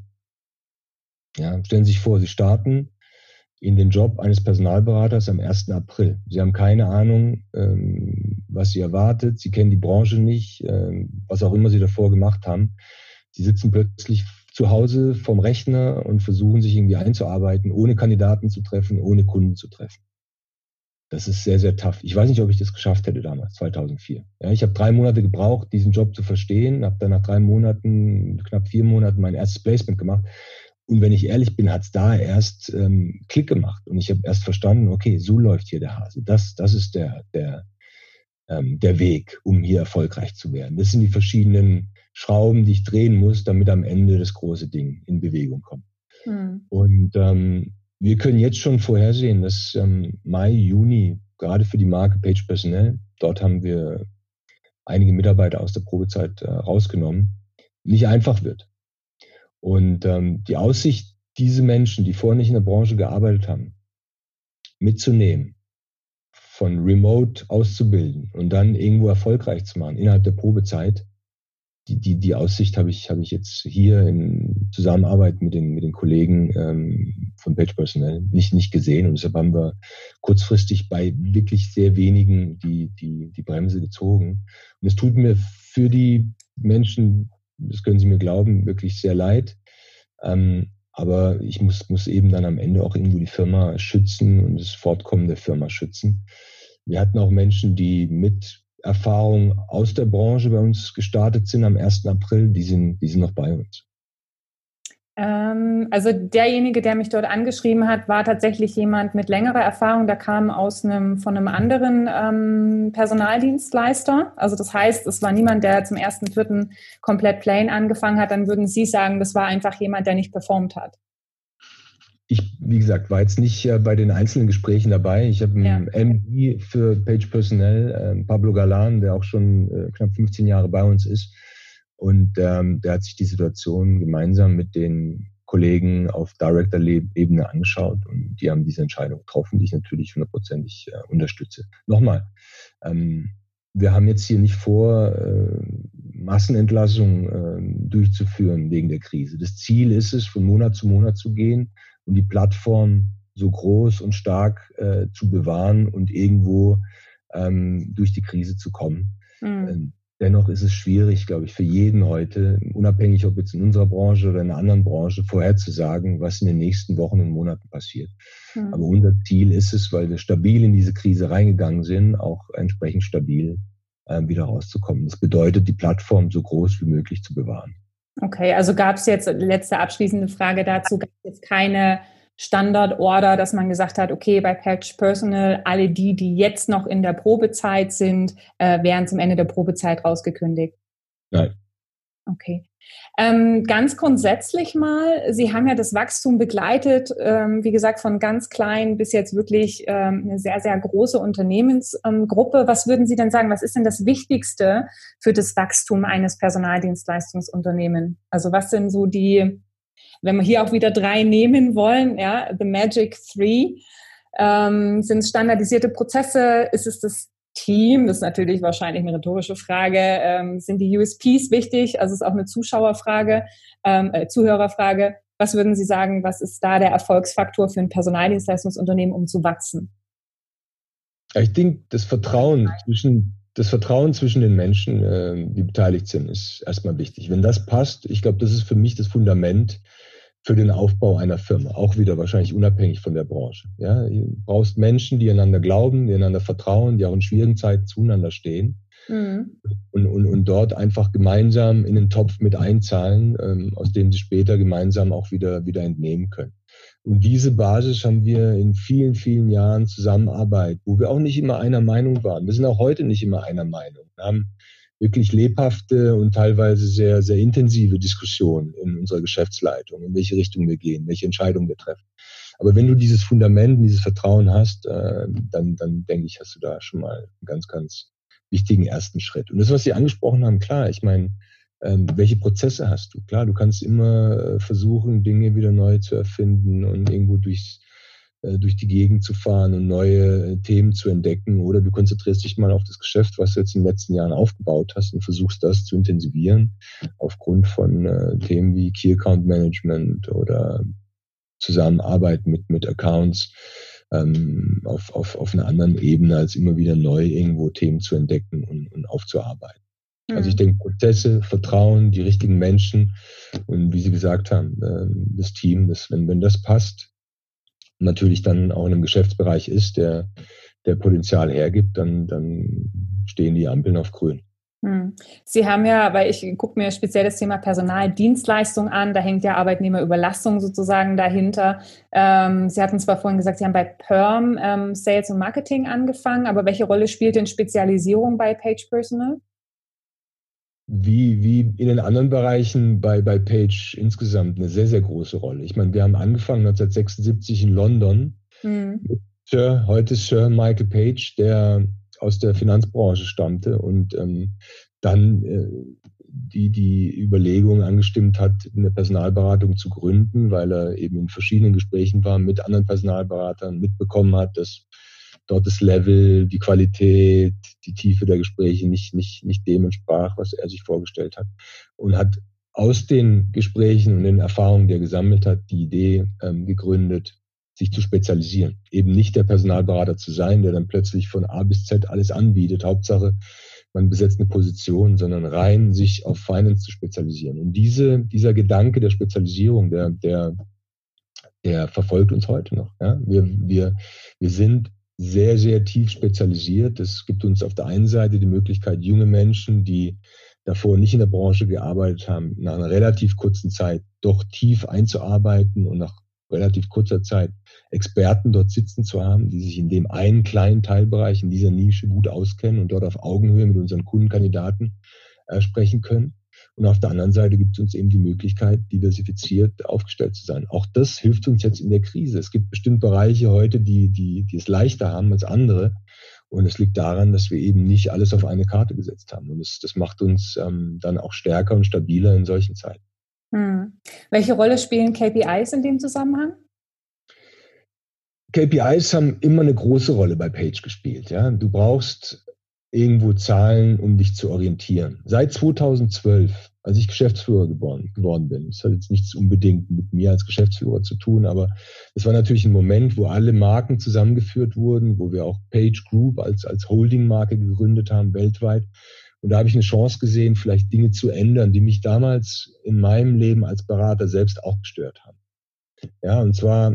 Ja, stellen Sie sich vor, Sie starten in den Job eines Personalberaters am ersten April. Sie haben keine Ahnung, ähm, was Sie erwartet. Sie kennen die Branche nicht, ähm, was auch immer Sie davor gemacht haben. Sie sitzen plötzlich zu Hause vorm Rechner und versuchen sich irgendwie einzuarbeiten, ohne Kandidaten zu treffen, ohne Kunden zu treffen. Das ist sehr, sehr tough. Ich weiß nicht, ob ich das geschafft hätte damals, zweitausendvier. Ja, ich habe drei Monate gebraucht, diesen Job zu verstehen, habe dann nach drei Monaten, knapp vier Monaten mein erstes Placement gemacht. Und wenn ich ehrlich bin, hat es da erst ähm, Klick gemacht. Und ich habe erst verstanden, okay, so läuft hier der Hase. Das, das ist der, der, ähm, der Weg, um hier erfolgreich zu werden. Das sind die verschiedenen Schrauben, die ich drehen muss, damit am Ende das große Ding in Bewegung kommt. Hm. Und ähm, wir können jetzt schon vorhersehen, dass ähm, Mai, Juni, gerade für die Marke Page Personnel, dort haben wir einige Mitarbeiter aus der Probezeit äh, rausgenommen, nicht einfach wird. Und ähm, die Aussicht, diese Menschen, die vorher nicht in der Branche gearbeitet haben, mitzunehmen, von Remote auszubilden und dann irgendwo erfolgreich zu machen innerhalb der Probezeit, die, die, die Aussicht habe ich, habe ich jetzt hier in Zusammenarbeit mit den, mit den Kollegen ähm, von Page Personnel nicht, nicht gesehen. Und deshalb haben wir kurzfristig bei wirklich sehr wenigen die, die, die Bremse gezogen. Und es tut mir für die Menschen, das können Sie mir glauben, wirklich sehr leid. Ähm, aber ich muss, muss eben dann am Ende auch irgendwo die Firma schützen und das Fortkommen der Firma schützen. Wir hatten auch Menschen, die mit Erfahrung aus der Branche bei uns gestartet sind am ersten April, die sind, die sind noch bei uns. Ähm, also derjenige, der mich dort angeschrieben hat, war tatsächlich jemand mit längerer Erfahrung, der kam aus einem, von einem anderen ähm, Personaldienstleister. Also das heißt, es war niemand, der zum ersten Vierten komplett plain angefangen hat. Dann würden Sie sagen, das war einfach jemand, der nicht performt hat. Ich, wie gesagt, war jetzt nicht äh, bei den einzelnen Gesprächen dabei. Ich habe einen ja. M D für Page Personnel, äh, Pablo Galan, der auch schon äh, knapp fünfzehn Jahre bei uns ist. Und ähm, der hat sich die Situation gemeinsam mit den Kollegen auf Director-Ebene angeschaut und die haben diese Entscheidung getroffen, die ich natürlich hundertprozentig äh, unterstütze. Nochmal, ähm, wir haben jetzt hier nicht vor, äh, Massenentlassungen äh, durchzuführen wegen der Krise. Das Ziel ist es, von Monat zu Monat zu gehen und die Plattform so groß und stark äh, zu bewahren und irgendwo ähm, durch die Krise zu kommen. Mhm. Ähm, dennoch ist es schwierig, glaube ich, für jeden heute, unabhängig ob jetzt in unserer Branche oder in einer anderen Branche, vorherzusagen, was in den nächsten Wochen und Monaten passiert. Mhm. Aber unser Ziel ist es, weil wir stabil in diese Krise reingegangen sind, auch entsprechend stabil äh, wieder rauszukommen. Das bedeutet, die Plattform so groß wie möglich zu bewahren. Okay, also gab es jetzt, letzte abschließende Frage dazu, gab es jetzt keine Standardorder, dass man gesagt hat, okay, bei Page Personnel, alle die, die jetzt noch in der Probezeit sind, äh, werden zum Ende der Probezeit rausgekündigt? Nein. Okay. Ähm, ganz grundsätzlich mal, Sie haben ja das Wachstum begleitet, ähm, wie gesagt, von ganz klein bis jetzt wirklich ähm, eine sehr, sehr große Unternehmensgruppe. Ähm, was würden Sie denn sagen, was ist denn das Wichtigste für das Wachstum eines Personaldienstleistungsunternehmens? Also was sind so die, wenn wir hier auch wieder drei nehmen wollen, ja, the magic three, ähm, sind es standardisierte Prozesse, ist es das Team, das ist natürlich wahrscheinlich eine rhetorische Frage, ähm, sind die U S Ps wichtig, also ist auch eine Zuschauerfrage, ähm, äh, Zuhörerfrage. Was würden Sie sagen, was ist da der Erfolgsfaktor für ein Personaldienstleistungsunternehmen, um zu wachsen? Ich denke, das Vertrauen zwischen, das Vertrauen zwischen den Menschen, äh, die beteiligt sind, ist erstmal wichtig. Wenn das passt, ich glaube, das ist für mich das Fundament für den Aufbau einer Firma, auch wieder wahrscheinlich unabhängig von der Branche. Ja, du brauchst Menschen, die einander glauben, die einander vertrauen, die auch in schwierigen Zeiten zueinander stehen mhm. und, und, und dort einfach gemeinsam in den Topf mit einzahlen, ähm, aus dem sie später gemeinsam auch wieder, wieder entnehmen können. Und diese Basis haben wir in vielen, vielen Jahren Zusammenarbeit, wo wir auch nicht immer einer Meinung waren. Wir sind auch heute nicht immer einer Meinung. Wir haben wirklich lebhafte und teilweise sehr, sehr intensive Diskussionen in unserer Geschäftsleitung, in welche Richtung wir gehen, welche Entscheidungen wir treffen. Aber wenn du dieses Fundament, dieses Vertrauen hast, äh, dann, dann denke ich, hast du da schon mal einen ganz, ganz wichtigen ersten Schritt. Und das, was Sie angesprochen haben, klar, ich meine, ähm, welche Prozesse hast du? Klar, du kannst immer äh, versuchen, Dinge wieder neu zu erfinden und irgendwo durchs durch die Gegend zu fahren und neue Themen zu entdecken, oder du konzentrierst dich mal auf das Geschäft, was du jetzt in den letzten Jahren aufgebaut hast und versuchst das zu intensivieren aufgrund von äh, Themen wie Key Account Management oder Zusammenarbeit mit, mit Accounts ähm, auf, auf, auf einer anderen Ebene, als immer wieder neu irgendwo Themen zu entdecken und, und aufzuarbeiten. Mhm. Also ich denke, Prozesse, Vertrauen, die richtigen Menschen und wie Sie gesagt haben, äh, das Team, das, wenn, wenn das passt, natürlich dann auch in einem Geschäftsbereich ist, der, der Potenzial hergibt, dann, dann stehen die Ampeln auf grün. Sie haben ja, weil ich gucke mir speziell das Thema Personaldienstleistung an, da hängt ja Arbeitnehmerüberlassung sozusagen dahinter. Ähm, Sie hatten zwar vorhin gesagt, Sie haben bei Perm ähm, Sales und Marketing angefangen, aber welche Rolle spielt denn Spezialisierung bei Page Personnel? Wie, wie in den anderen Bereichen bei, bei Page insgesamt eine sehr, sehr große Rolle. Ich meine, wir haben angefangen neunzehnhundertsechsundsiebzig in London. Mhm. Mit Sir, heute Sir Michael Page, der aus der Finanzbranche stammte und ähm, dann äh, die, die Überlegung angestimmt hat, eine Personalberatung zu gründen, weil er eben in verschiedenen Gesprächen war mit anderen Personalberatern, mitbekommen hat, dass dort das Level, die Qualität, die Tiefe der Gespräche nicht, nicht, nicht dem entsprach, was er sich vorgestellt hat. Und hat aus den Gesprächen und den Erfahrungen, die er gesammelt hat, die Idee ähm, gegründet, sich zu spezialisieren. Eben nicht der Personalberater zu sein, der dann plötzlich von A bis Z alles anbietet. Hauptsache, man besetzt eine Position, sondern rein sich auf Finance zu spezialisieren. Und diese, dieser Gedanke der Spezialisierung, der, der, der verfolgt uns heute noch. Ja? Wir, wir, wir sind sehr, sehr tief spezialisiert. Es gibt uns auf der einen Seite die Möglichkeit, junge Menschen, die davor nicht in der Branche gearbeitet haben, nach einer relativ kurzen Zeit doch tief einzuarbeiten und nach relativ kurzer Zeit Experten dort sitzen zu haben, die sich in dem einen kleinen Teilbereich, in dieser Nische gut auskennen und dort auf Augenhöhe mit unseren Kundenkandidaten äh, sprechen können. Und auf der anderen Seite gibt es uns eben die Möglichkeit, diversifiziert aufgestellt zu sein. Auch das hilft uns jetzt in der Krise. Es gibt bestimmt Bereiche heute, die, die, die es leichter haben als andere. Und es liegt daran, dass wir eben nicht alles auf eine Karte gesetzt haben. Und das, das macht uns ähm, dann auch stärker und stabiler in solchen Zeiten. Hm. Welche Rolle spielen K P Is in dem Zusammenhang? K P Is haben immer eine große Rolle bei Page gespielt. Ja? Du brauchst irgendwo Zahlen, um dich zu orientieren. Seit zweitausendzwölf, als ich Geschäftsführer geboren, geworden bin, das hat jetzt nichts unbedingt mit mir als Geschäftsführer zu tun, aber es war natürlich ein Moment, wo alle Marken zusammengeführt wurden, wo wir auch Page Group als, als Holding-Marke gegründet haben, weltweit. Und da habe ich eine Chance gesehen, vielleicht Dinge zu ändern, die mich damals in meinem Leben als Berater selbst auch gestört haben. Ja, und zwar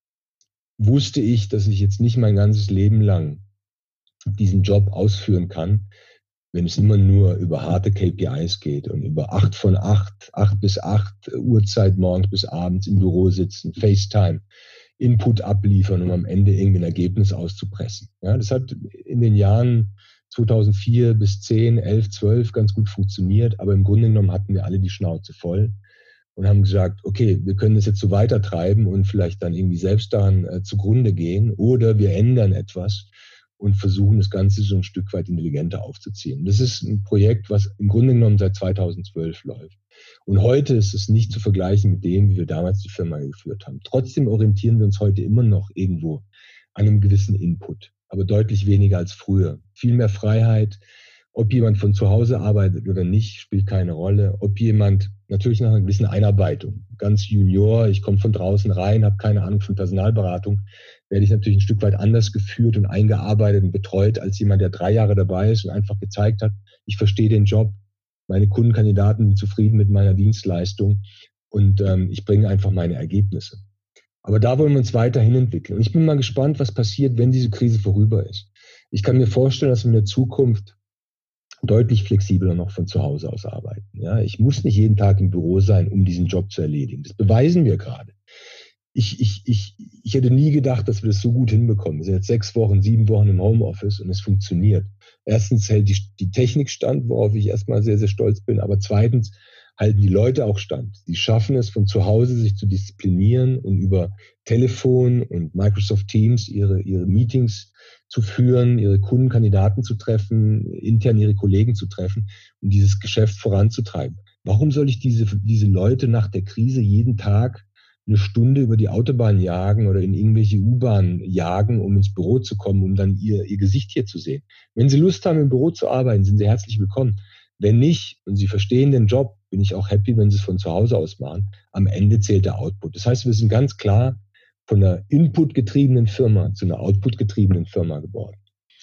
wusste ich, dass ich jetzt nicht mein ganzes Leben lang diesen Job ausführen kann, wenn es immer nur über harte K P Is geht und über acht von acht, acht bis acht Uhrzeit morgens bis abends im Büro sitzen, FaceTime, Input abliefern, um am Ende irgendwie ein Ergebnis auszupressen. Ja, das hat in den Jahren zweitausendvier bis zehn, elf, zwölf ganz gut funktioniert, aber im Grunde genommen hatten wir alle die Schnauze voll und haben gesagt, okay, wir können das jetzt so weiter treiben und vielleicht dann irgendwie selbst daran äh, zugrunde gehen oder wir ändern etwas und versuchen, das Ganze so ein Stück weit intelligenter aufzuziehen. Das ist ein Projekt, was im Grunde genommen seit zweitausendzwölf läuft. Und heute ist es nicht zu vergleichen mit dem, wie wir damals die Firma geführt haben. Trotzdem orientieren wir uns heute immer noch irgendwo an einem gewissen Input, aber deutlich weniger als früher. Viel mehr Freiheit. Ob jemand von zu Hause arbeitet oder nicht, spielt keine Rolle. Ob jemand, natürlich nach einer gewissen Einarbeitung, ganz Junior, ich komme von draußen rein, habe keine Ahnung von Personalberatung, werde ich natürlich ein Stück weit anders geführt und eingearbeitet und betreut als jemand, der drei Jahre dabei ist und einfach gezeigt hat, ich verstehe den Job, meine Kundenkandidaten sind zufrieden mit meiner Dienstleistung und ähm, ich bringe einfach meine Ergebnisse. Aber da wollen wir uns weiterhin entwickeln. Und ich bin mal gespannt, was passiert, wenn diese Krise vorüber ist. Ich kann mir vorstellen, dass wir in der Zukunft deutlich flexibler noch von zu Hause aus arbeiten. Ja, ich muss nicht jeden Tag im Büro sein, um diesen Job zu erledigen. Das beweisen wir gerade. Ich, ich, ich, ich hätte nie gedacht, dass wir das so gut hinbekommen. Wir sind jetzt sechs Wochen, sieben Wochen im Homeoffice und es funktioniert. Erstens hält die, die Technik stand, worauf ich erstmal sehr, sehr stolz bin. Aber zweitens halten die Leute auch stand. Die schaffen es, von zu Hause sich zu disziplinieren und über Telefon und Microsoft Teams ihre, ihre Meetings zu führen, ihre Kundenkandidaten zu treffen, intern ihre Kollegen zu treffen und dieses Geschäft voranzutreiben. Warum soll ich diese, diese Leute nach der Krise jeden Tag eine Stunde über die Autobahn jagen oder in irgendwelche U-Bahnen jagen, um ins Büro zu kommen, um dann ihr, ihr Gesicht hier zu sehen? Wenn Sie Lust haben, im Büro zu arbeiten, sind Sie herzlich willkommen. Wenn nicht und Sie verstehen den Job, bin ich auch happy, wenn Sie es von zu Hause aus machen. Am Ende zählt der Output. Das heißt, wir sind ganz klar von einer Input-getriebenen Firma zu einer Output-getriebenen Firma geworden.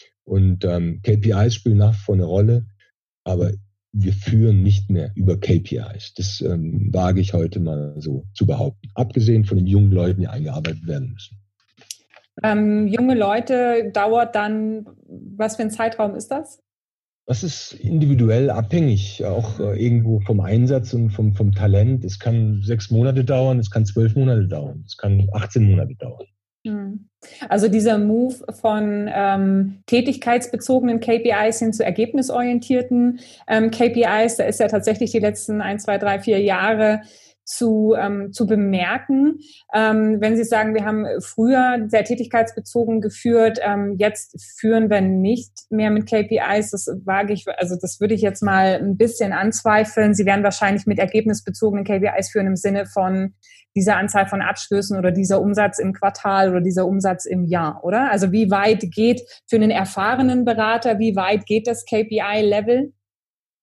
Und ähm, K P Is spielen nach wie vor eine Rolle, aber wir führen nicht mehr über K P Is. Das ähm, wage ich heute mal so zu behaupten. Abgesehen von den jungen Leuten, die eingearbeitet werden müssen. Ähm, junge Leute dauert dann, was für ein Zeitraum ist das? Das ist individuell abhängig, auch äh, irgendwo vom Einsatz und vom, vom Talent. Es kann sechs Monate dauern, es kann zwölf Monate dauern, es kann achtzehn Monate dauern. Also dieser Move von ähm, tätigkeitsbezogenen K P Is hin zu ergebnisorientierten ähm, K P Is, da ist ja tatsächlich die letzten ein, zwei, drei, vier Jahre zu, ähm, zu bemerken. Ähm, wenn Sie sagen, wir haben früher sehr tätigkeitsbezogen geführt, ähm, jetzt führen wir nicht mehr mit K P Is, das wage ich, also das würde ich jetzt mal ein bisschen anzweifeln. Sie werden wahrscheinlich mit ergebnisbezogenen K P Is führen im Sinne von dieser Anzahl von Abschlüssen oder dieser Umsatz im Quartal oder dieser Umsatz im Jahr, oder? Also wie weit geht für einen erfahrenen Berater, wie weit geht das K P I-Level?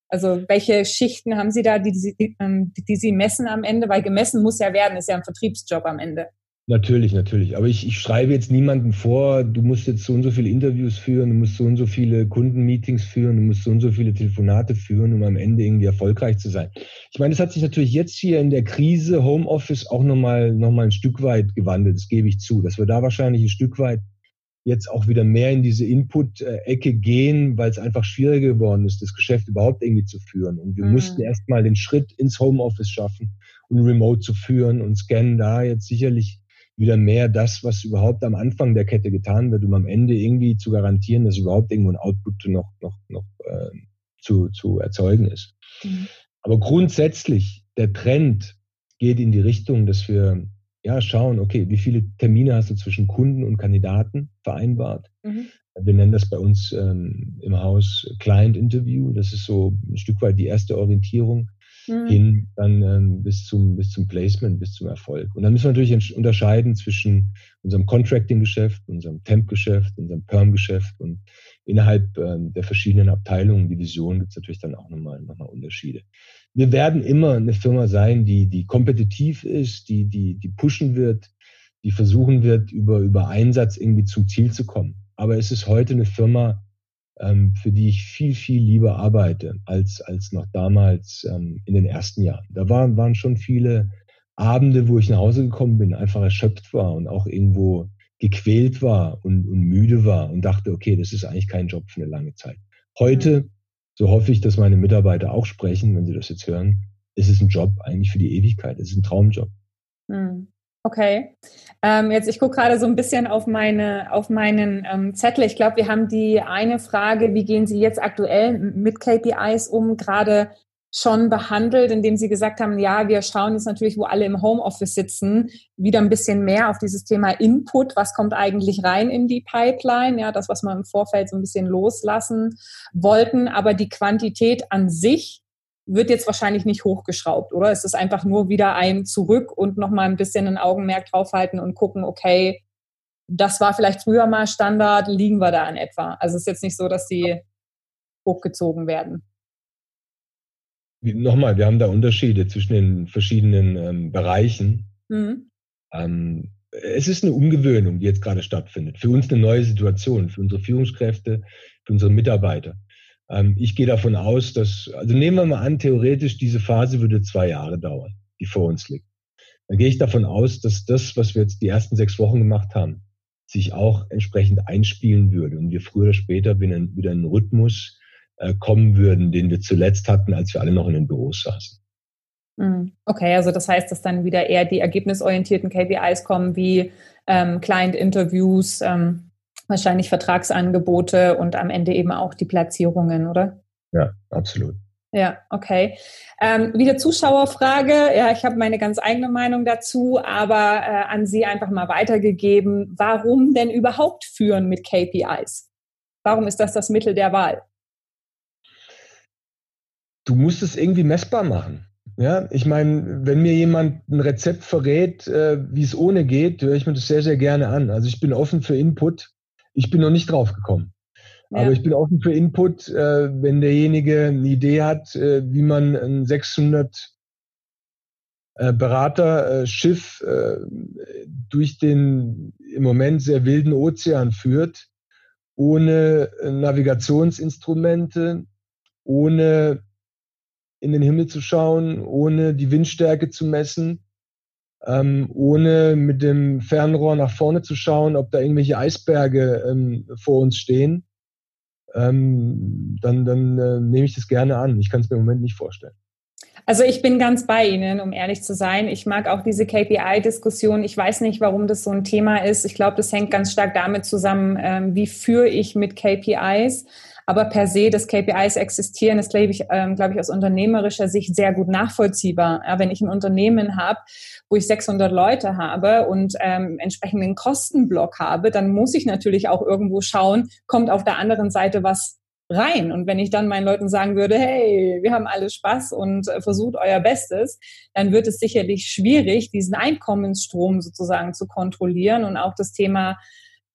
Also welche Schichten haben Sie da, die, die, die Sie messen am Ende? Weil gemessen muss ja werden, ist ja ein Vertriebsjob am Ende. Natürlich, natürlich. Aber ich, ich schreibe jetzt niemandem vor, du musst jetzt so und so viele Interviews führen, du musst so und so viele Kundenmeetings führen, du musst so und so viele Telefonate führen, um am Ende irgendwie erfolgreich zu sein. Ich meine, es hat sich natürlich jetzt hier in der Krise Homeoffice auch nochmal noch mal ein Stück weit gewandelt, das gebe ich zu, dass wir da wahrscheinlich ein Stück weit jetzt auch wieder mehr in diese Input-Ecke gehen, weil es einfach schwieriger geworden ist, das Geschäft überhaupt irgendwie zu führen. Und wir mhm. mussten erstmal den Schritt ins Homeoffice schaffen und Remote zu führen und scannen da jetzt sicherlich wieder mehr das, was überhaupt am Anfang der Kette getan wird, um am Ende irgendwie zu garantieren, dass überhaupt irgendwo ein Output noch, noch, noch äh, zu, zu erzeugen ist. Mhm. Aber grundsätzlich, der Trend geht in die Richtung, dass wir ja schauen, okay, wie viele Termine hast du zwischen Kunden und Kandidaten vereinbart? Mhm. Wir nennen das bei uns ähm, im Haus Client Interview. Das ist so ein Stück weit die erste Orientierung. Mhm. Hin dann ähm, bis zum bis zum Placement, bis zum Erfolg. Und dann müssen wir natürlich unterscheiden zwischen unserem Contracting-Geschäft, unserem Temp-Geschäft, unserem Perm-Geschäft und innerhalb ähm, der verschiedenen Abteilungen, Divisionen gibt es natürlich dann auch nochmal noch mal Unterschiede. Wir werden immer eine Firma sein, die die kompetitiv ist, die die die pushen wird, die versuchen wird, über über Einsatz irgendwie zum Ziel zu kommen. Aber es ist heute eine Firma, für die ich viel, viel lieber arbeite als, als noch damals ähm, in den ersten Jahren. Da waren, waren schon viele Abende, wo ich nach Hause gekommen bin, einfach erschöpft war und auch irgendwo gequält war und, und müde war und dachte, okay, das ist eigentlich kein Job für eine lange Zeit. Heute, mhm. so hoffe ich, dass meine Mitarbeiter auch sprechen, wenn sie das jetzt hören, ist es ein Job eigentlich für die Ewigkeit. Es ist ein Traumjob. Mhm. Okay. Ähm, jetzt, ich gucke gerade so ein bisschen auf meine, auf meinen ähm, Zettel. Ich glaube, wir haben die eine Frage, wie gehen Sie jetzt aktuell mit K P Is um, gerade schon behandelt, indem Sie gesagt haben, ja, wir schauen jetzt natürlich, wo alle im Homeoffice sitzen, wieder ein bisschen mehr auf dieses Thema Input. Was kommt eigentlich rein in die Pipeline? Ja, das, was wir im Vorfeld so ein bisschen loslassen wollten. Aber die Quantität an sich wird jetzt wahrscheinlich nicht hochgeschraubt, oder? Es ist einfach nur wieder ein Zurück und nochmal ein bisschen ein Augenmerk draufhalten und gucken, okay, das war vielleicht früher mal Standard, liegen wir da in etwa? Also es ist jetzt nicht so, dass die hochgezogen werden. Nochmal, wir haben da Unterschiede zwischen den verschiedenen ähm, Bereichen. Mhm. Ähm, es ist eine Umgewöhnung, die jetzt gerade stattfindet. Für uns eine neue Situation, für unsere Führungskräfte, für unsere Mitarbeiter. Ich gehe davon aus, dass, also nehmen wir mal an, theoretisch diese Phase würde zwei Jahre dauern, die vor uns liegt. Dann gehe ich davon aus, dass das, was wir jetzt die ersten sechs Wochen gemacht haben, sich auch entsprechend einspielen würde und wir früher oder später wieder in einen Rhythmus äh, kommen würden, den wir zuletzt hatten, als wir alle noch in den Büros saßen. Okay, also das heißt, dass dann wieder eher die ergebnisorientierten K P Is kommen, wie ähm, Client-Interviews, ähm wahrscheinlich Vertragsangebote und am Ende eben auch die Platzierungen, oder? Ja, absolut. Ja, okay. Ähm, wieder Zuschauerfrage. Ja, ich habe meine ganz eigene Meinung dazu, aber äh, an Sie einfach mal weitergegeben. Warum denn überhaupt führen mit K P Is? Warum ist das das Mittel der Wahl? Du musst es irgendwie messbar machen. Ja, ich meine, wenn mir jemand ein Rezept verrät, äh, wie es ohne geht, höre ich mir das sehr, sehr gerne an. Also ich bin offen für Input. Ich bin noch nicht drauf gekommen. Ja. Aber ich bin offen für Input, äh, wenn derjenige eine Idee hat, äh, wie man ein sechshundert äh, Berater-Schiff äh, durch den im Moment sehr wilden Ozean führt, ohne äh, Navigationsinstrumente, ohne in den Himmel zu schauen, ohne die Windstärke zu messen, Ähm, ohne mit dem Fernrohr nach vorne zu schauen, ob da irgendwelche Eisberge ähm, vor uns stehen, ähm, dann, dann äh, nehme ich das gerne an. Ich kann es mir im Moment nicht vorstellen. Also ich bin ganz bei Ihnen, um ehrlich zu sein. Ich mag auch diese K P I-Diskussion. Ich weiß nicht, warum das so ein Thema ist. Ich glaube, das hängt ganz stark damit zusammen, ähm, wie führe ich mit K P Is. Aber per se, dass K P Is existieren, ist, glaube ich, ähm, glaube ich, aus unternehmerischer Sicht sehr gut nachvollziehbar. Ja, wenn ich ein Unternehmen habe, wo ich sechshundert Leute habe und ähm, entsprechenden Kostenblock habe, dann muss ich natürlich auch irgendwo schauen, kommt auf der anderen Seite was rein. Und wenn ich dann meinen Leuten sagen würde, hey, wir haben alle Spaß und äh, versucht euer Bestes, dann wird es sicherlich schwierig, diesen Einkommensstrom sozusagen zu kontrollieren und auch das Thema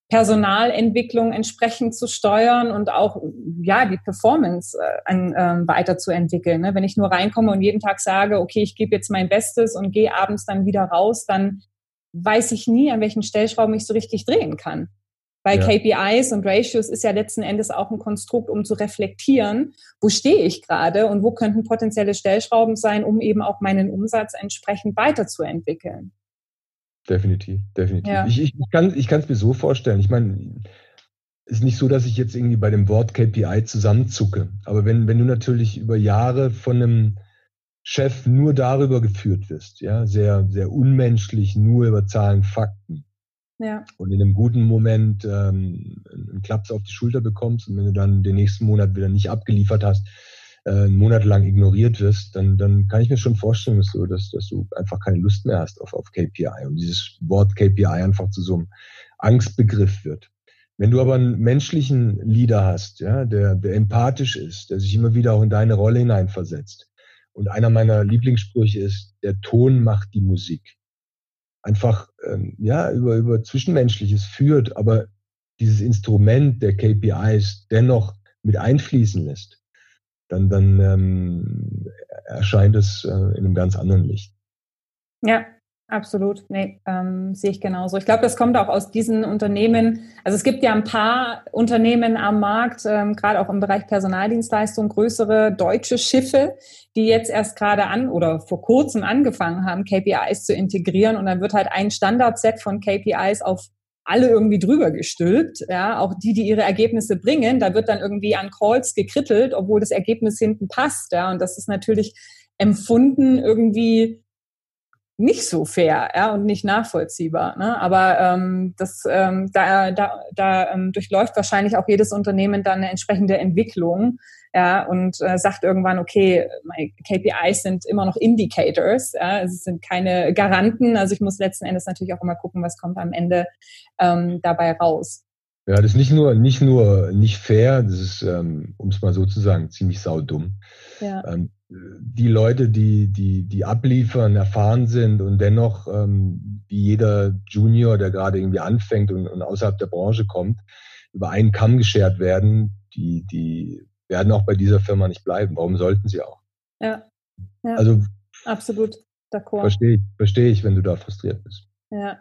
Personalentwicklung entsprechend zu steuern und auch ja die Performance äh, an, ähm, weiterzuentwickeln. Ne? Wenn ich nur reinkomme und jeden Tag sage, okay, ich gebe jetzt mein Bestes und gehe abends dann wieder raus, dann weiß ich nie, an welchen Stellschrauben ich so richtig drehen kann. Bei ja. K P Is und Ratios ist ja letzten Endes auch ein Konstrukt, um zu reflektieren, wo stehe ich gerade und wo könnten potenzielle Stellschrauben sein, um eben auch meinen Umsatz entsprechend weiterzuentwickeln. Definitiv, definitiv. Ja. Ich, ich kann ich kann es mir so vorstellen. Ich meine, es ist nicht so, dass ich jetzt irgendwie bei dem Wort K P I zusammenzucke. Aber wenn, wenn du natürlich über Jahre von einem Chef nur darüber geführt wirst, ja, sehr, sehr unmenschlich, nur über Zahlen, Fakten. Ja. Und in einem guten Moment ähm, einen Klaps auf die Schulter bekommst und wenn du dann den nächsten Monat wieder nicht abgeliefert hast, äh, monatelang ignoriert wirst, dann, dann kann ich mir schon vorstellen, dass du, dass, dass du einfach keine Lust mehr hast auf, auf K P I und dieses Wort K P I einfach zu so einem Angstbegriff wird. Wenn du aber einen menschlichen Leader hast, ja, der, der empathisch ist, der sich immer wieder auch in deine Rolle hineinversetzt und einer meiner Lieblingssprüche ist, der Ton macht die Musik. Einfach ähm, ja über, über Zwischenmenschliches führt, aber dieses Instrument der K P Is dennoch mit einfließen lässt, dann, dann ähm, erscheint es äh, in einem ganz anderen Licht. Ja, absolut. Nee, ähm, sehe ich genauso. Ich glaube, das kommt auch aus diesen Unternehmen. Also es gibt ja ein paar Unternehmen am Markt, ähm, gerade auch im Bereich Personaldienstleistung, größere deutsche Schiffe, die jetzt erst gerade an oder vor kurzem angefangen haben, K P Is zu integrieren. Und dann wird halt ein Standardset von K P Is auf alle irgendwie drüber gestülpt, ja, auch die, die ihre Ergebnisse bringen, da wird dann irgendwie an Calls gekrittelt, obwohl das Ergebnis hinten passt, ja, und das ist natürlich empfunden irgendwie nicht so fair, ja, und nicht nachvollziehbar, ne? Aber ähm, das ähm, da da da ähm, durchläuft wahrscheinlich auch jedes Unternehmen dann eine entsprechende Entwicklung, ja, und äh, sagt irgendwann, okay, meine K P Is sind immer noch Indicators, ja, es sind keine Garanten, also ich muss letzten Endes natürlich auch immer gucken, was kommt am Ende ähm, dabei raus. Ja, das ist nicht nur nicht nur nicht fair, das ist, ähm, um es mal so zu sagen, ziemlich saudumm. Ja. Ähm, die Leute, die die die abliefern, erfahren sind und dennoch ähm, wie jeder Junior, der gerade irgendwie anfängt und, und außerhalb der Branche kommt, über einen Kamm geschert werden, die die werden auch bei dieser Firma nicht bleiben. Warum sollten sie auch? Ja, ja, also absolut d'accord. Verstehe ich, verstehe ich, wenn du da frustriert bist. Ja.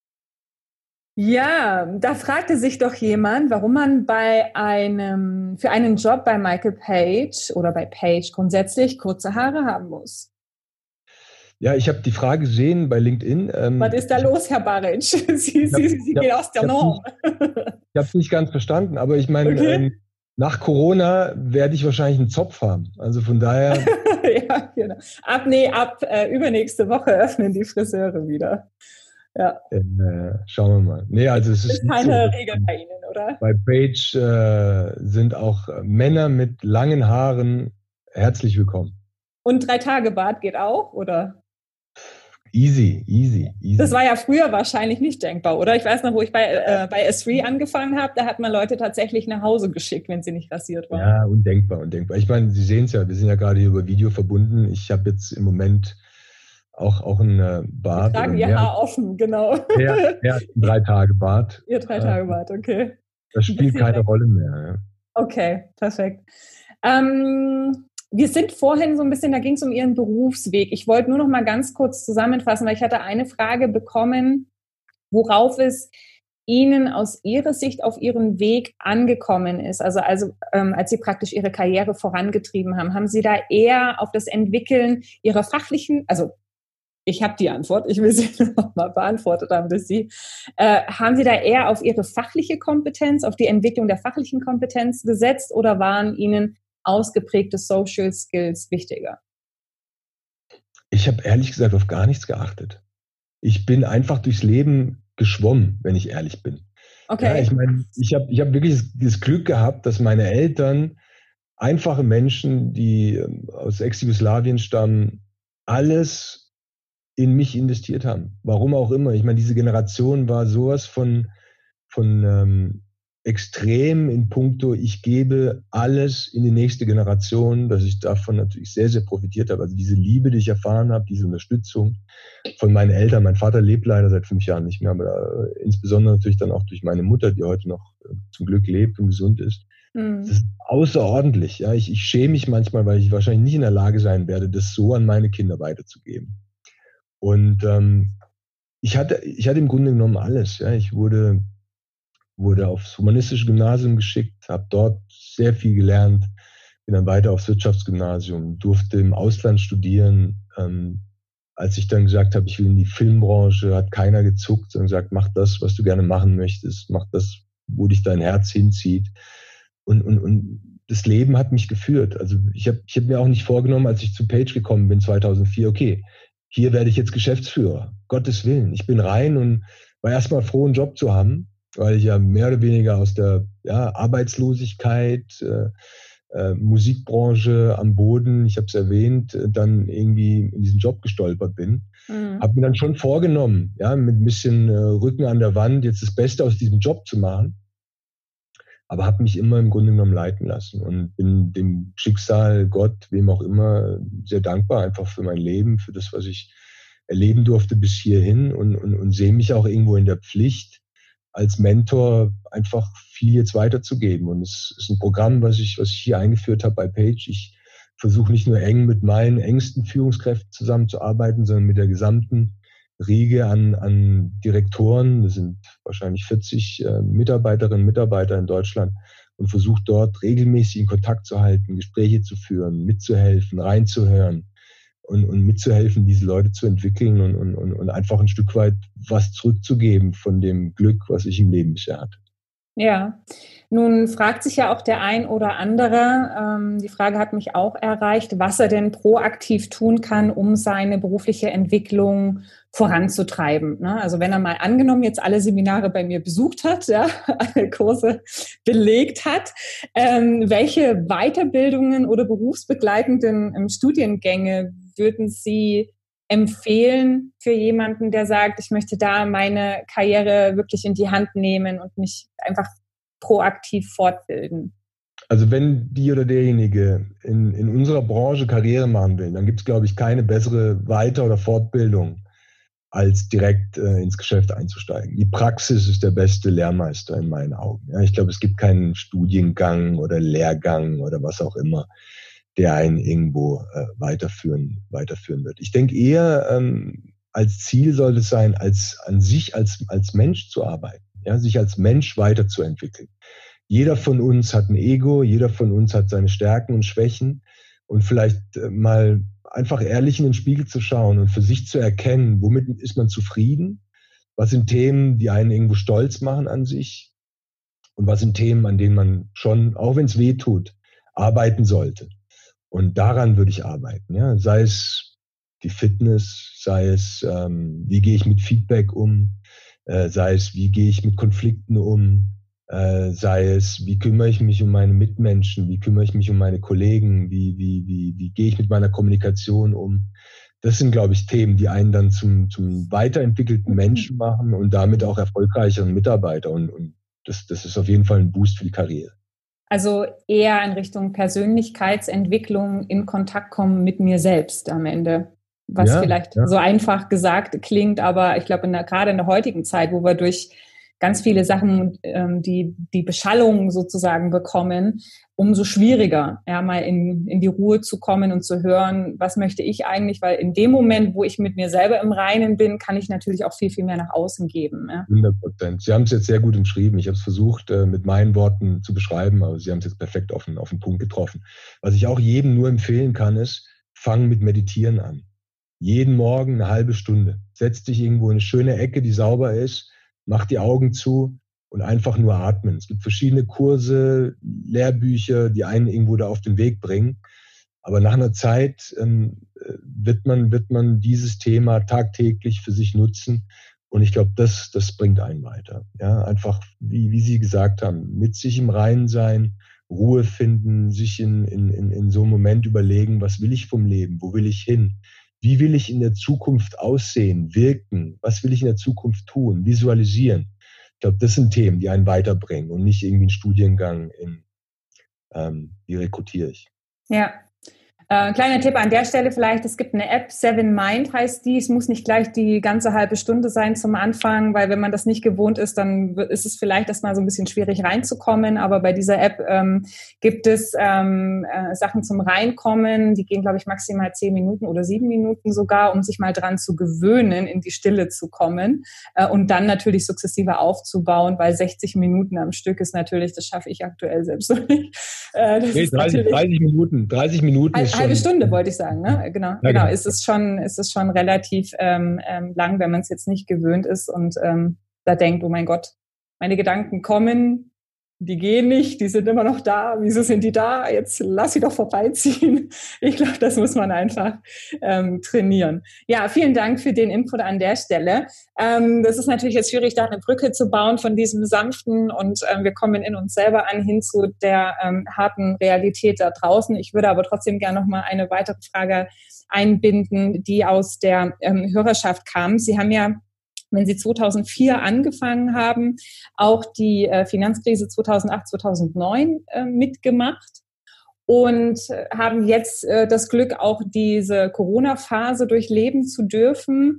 Ja, da fragte sich doch jemand, warum man bei einem, für einen Job bei Michael Page oder bei Page grundsätzlich kurze Haare haben muss. Ja, ich habe die Frage gesehen bei LinkedIn. Ähm, Was ist da ich, los, Herr Baric? Sie, hab, Sie, Sie gehen aus der Norm. Ich habe es nicht ganz verstanden, aber ich meine, okay. ähm, nach Corona werde ich wahrscheinlich einen Zopf haben. Also von daher. Ja, genau. Ab, nee, ab äh, übernächste Woche öffnen die Friseure wieder. Ja. Äh, schauen wir mal. Nee, also es ist, ist keine so, Regel bei Ihnen, oder? Bei Page äh, sind auch Männer mit langen Haaren herzlich willkommen. Und drei Tage Bart geht auch, oder? Easy, easy, easy. Das war ja früher wahrscheinlich nicht denkbar, oder? Ich weiß noch, wo ich bei, äh, bei S drei angefangen habe, da hat man Leute tatsächlich nach Hause geschickt, wenn sie nicht rasiert waren. Ja, undenkbar, undenkbar. Ich meine, Sie sehen es ja, wir sind ja gerade hier über Video verbunden. Ich habe jetzt im Moment auch, auch einen äh, Bart. Wir tragen Ihr Haar offen, genau. Ja, ja, drei Tage Bart. Ihr drei Tage Bart, okay. Das spielt keine weg. Rolle mehr. Ja. Okay, perfekt. Ähm, wir sind vorhin so ein bisschen, da ging es um Ihren Berufsweg. Ich wollte nur noch mal ganz kurz zusammenfassen, weil ich hatte eine Frage bekommen, worauf es Ihnen aus Ihrer Sicht auf Ihren Weg angekommen ist. Also, also ähm, als Sie praktisch Ihre Karriere vorangetrieben haben, haben Sie da eher auf das Entwickeln Ihrer fachlichen, also ich habe die Antwort, ich will sie noch mal beantwortet haben, bis Sie. Äh, haben Sie da eher auf Ihre fachliche Kompetenz, auf die Entwicklung der fachlichen Kompetenz gesetzt oder waren Ihnen ausgeprägte Social Skills wichtiger? Ich habe ehrlich gesagt auf gar nichts geachtet. Ich bin einfach durchs Leben geschwommen, wenn ich ehrlich bin. Okay. Ja, ich meine, ich habe ich hab wirklich das, das Glück gehabt, dass meine Eltern, einfache Menschen, die aus Ex-Jugoslawien stammen, alles in mich investiert haben. Warum auch immer. Ich meine, diese Generation war sowas von, von ähm, extrem in puncto, ich gebe alles in die nächste Generation, dass ich davon natürlich sehr, sehr profitiert habe. Also diese Liebe, die ich erfahren habe, diese Unterstützung von meinen Eltern. Mein Vater lebt leider seit fünf Jahren nicht mehr, aber äh, insbesondere natürlich dann auch durch meine Mutter, die heute noch äh, zum Glück lebt und gesund ist. Mhm. Das ist außerordentlich. Ja, ich, ich schäme mich manchmal, weil ich wahrscheinlich nicht in der Lage sein werde, das so an meine Kinder weiterzugeben. Und ähm, ich hatte, ich hatte im Grunde genommen alles. Ja, ich wurde wurde aufs humanistische Gymnasium geschickt, habe dort sehr viel gelernt, bin dann weiter aufs Wirtschaftsgymnasium, durfte im Ausland studieren. Ähm, als ich dann gesagt habe, ich will in die Filmbranche, hat keiner gezuckt, sondern gesagt, mach das, was du gerne machen möchtest, mach das, wo dich dein Herz hinzieht. Und, und, und das Leben hat mich geführt. Also ich habe ich hab mir auch nicht vorgenommen, als ich zu Page gekommen bin, zweitausendvier, okay, hier werde ich jetzt Geschäftsführer. Gottes Willen. Ich bin rein und war erstmal froh, einen Job zu haben, weil ich ja mehr oder weniger aus der ja, Arbeitslosigkeit, äh, äh, Musikbranche am Boden, ich habe es erwähnt, dann irgendwie in diesen Job gestolpert bin. Mhm. Habe mir dann schon vorgenommen, ja, mit ein bisschen äh, Rücken an der Wand, jetzt das Beste aus diesem Job zu machen. Aber habe mich immer im Grunde genommen leiten lassen und bin dem Schicksal, Gott, wem auch immer, sehr dankbar einfach für mein Leben, für das, was ich erleben durfte bis hierhin und, und, und sehe mich auch irgendwo in der Pflicht, als Mentor einfach viel jetzt weiterzugeben. Und es ist ein Programm, was ich, was ich hier eingeführt habe bei Page. Ich versuche nicht nur eng mit meinen engsten Führungskräften zusammenzuarbeiten, sondern mit der gesamten Riege an, an Direktoren. Das sind wahrscheinlich vierzig äh, Mitarbeiterinnen und Mitarbeiter in Deutschland und versuche dort regelmäßig in Kontakt zu halten, Gespräche zu führen, mitzuhelfen, reinzuhören. Und, und mitzuhelfen, diese Leute zu entwickeln und, und, und einfach ein Stück weit was zurückzugeben von dem Glück, was ich im Leben bisher hatte. Ja, nun fragt sich ja auch der ein oder andere, ähm, die Frage hat mich auch erreicht, was er denn proaktiv tun kann, um seine berufliche Entwicklung voranzutreiben. Ne? Also wenn er mal angenommen jetzt alle Seminare bei mir besucht hat, ja, alle Kurse belegt hat, ähm, welche Weiterbildungen oder berufsbegleitenden ähm, Studiengänge würden Sie empfehlen für jemanden, der sagt, ich möchte da meine Karriere wirklich in die Hand nehmen und mich einfach proaktiv fortbilden? Also wenn die oder derjenige in, in unserer Branche Karriere machen will, dann gibt es, glaube ich, keine bessere Weiter- oder Fortbildung, als direkt äh, ins Geschäft einzusteigen. Die Praxis ist der beste Lehrmeister in meinen Augen. Ja, ich glaube, es gibt keinen Studiengang oder Lehrgang oder was auch immer, der einen irgendwo äh, weiterführen, weiterführen wird. Ich denke eher, ähm, als Ziel sollte es sein, als an sich als, als Mensch zu arbeiten, ja, sich als Mensch weiterzuentwickeln. Jeder von uns hat ein Ego, jeder von uns hat seine Stärken und Schwächen und vielleicht äh, mal einfach ehrlich in den Spiegel zu schauen und für sich zu erkennen, womit ist man zufrieden, was sind Themen, die einen irgendwo stolz machen an sich und was sind Themen, an denen man schon, auch wenn es weh tut, arbeiten sollte. Und daran würde ich arbeiten, ja. Sei es die Fitness, sei es, ähm, wie gehe ich mit Feedback um, äh, sei es, wie gehe ich mit Konflikten um, äh, sei es, wie kümmere ich mich um meine Mitmenschen, wie kümmere ich mich um meine Kollegen, wie, wie, wie, wie gehe ich mit meiner Kommunikation um. Das sind, glaube ich, Themen, die einen dann zum, zum weiterentwickelten Menschen machen und damit auch erfolgreicheren Mitarbeiter. Und, und das, das ist auf jeden Fall ein Boost für die Karriere. Also eher in Richtung Persönlichkeitsentwicklung, in Kontakt kommen mit mir selbst am Ende. Was ja, vielleicht ja. so einfach gesagt klingt, aber ich glaube, in der, gerade in der heutigen Zeit, wo wir durch ganz viele Sachen, ähm, die die Beschallung sozusagen bekommen, umso schwieriger, ja, mal in, in die Ruhe zu kommen und zu hören, was möchte ich eigentlich, weil in dem Moment, wo ich mit mir selber im Reinen bin, kann ich natürlich auch viel, viel mehr nach außen geben. Ja. hundert Prozent. Sie haben es jetzt sehr gut umschrieben. Ich habe es versucht, mit meinen Worten zu beschreiben, aber Sie haben es jetzt perfekt auf den, auf den Punkt getroffen. Was ich auch jedem nur empfehlen kann, ist, fang mit Meditieren an. Jeden Morgen eine halbe Stunde. Setz dich irgendwo in eine schöne Ecke, die sauber ist, mach die Augen zu und einfach nur atmen. Es gibt verschiedene Kurse, Lehrbücher, die einen irgendwo da auf den Weg bringen. Aber nach einer Zeit ähm, wird man, wird man dieses Thema tagtäglich für sich nutzen. Und ich glaube, das, das bringt einen weiter. Ja, einfach, wie, wie Sie gesagt haben, mit sich im Reinen sein, Ruhe finden, sich in, in, in, in so einem Moment überlegen, was will ich vom Leben, wo will ich hin? Wie will ich in der Zukunft aussehen, wirken? Was will ich in der Zukunft tun? Visualisieren. glaube, das sind Themen, die einen weiterbringen und nicht irgendwie ein Studiengang in, ähm, wie rekrutiere ich. Ja. Äh, kleiner Tipp an der Stelle vielleicht, es gibt eine App, Seven Mind heißt die. Es muss nicht gleich die ganze halbe Stunde sein zum Anfang, weil wenn man das nicht gewohnt ist, dann ist es vielleicht erstmal so ein bisschen schwierig reinzukommen. Aber bei dieser App ähm, gibt es ähm, äh, Sachen zum Reinkommen, die gehen, glaube ich, maximal zehn Minuten oder sieben Minuten sogar, um sich mal dran zu gewöhnen, in die Stille zu kommen äh, und dann natürlich sukzessive aufzubauen, weil sechzig Minuten am Stück ist natürlich, das schaffe ich aktuell selbst noch nicht. Äh, das nee, ist dreißig, dreißig Minuten, dreißig Minuten ist halbe Stunde wollte ich sagen, ne? Genau, ja, genau. genau. Ist es schon, ist es schon relativ ähm, ähm, lang, wenn man es jetzt nicht gewöhnt ist und ähm, da denkt, oh mein Gott, meine Gedanken kommen, die gehen nicht, die sind immer noch da. Wieso sind die da? Jetzt lass sie doch vorbeiziehen. Ich glaube, das muss man einfach ähm, trainieren. Ja, vielen Dank für den Input an der Stelle. Ähm, das ist natürlich jetzt schwierig, da eine Brücke zu bauen von diesem sanften und ähm, wir kommen in uns selber an hin zu der ähm, harten Realität da draußen. Ich würde aber trotzdem gerne noch mal eine weitere Frage einbinden, die aus der ähm, Hörerschaft kam. Sie haben ja, wenn Sie zweitausendvier angefangen haben, auch die äh, Finanzkrise zweitausendacht, zweitausendneun äh, mitgemacht und äh, haben jetzt äh, das Glück, auch diese Corona-Phase durchleben zu dürfen.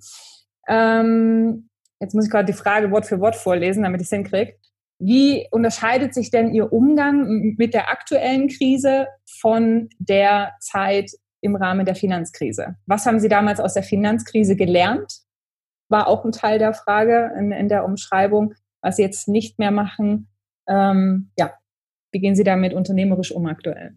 Ähm, jetzt muss ich gerade die Frage Wort für Wort vorlesen, damit ich es hinkriege. Wie unterscheidet sich denn Ihr Umgang mit der aktuellen Krise von der Zeit im Rahmen der Finanzkrise? Was haben Sie damals aus der Finanzkrise gelernt? War auch ein Teil der Frage in, in der Umschreibung, was Sie jetzt nicht mehr machen. Ähm, ja, wie gehen Sie damit unternehmerisch um aktuell?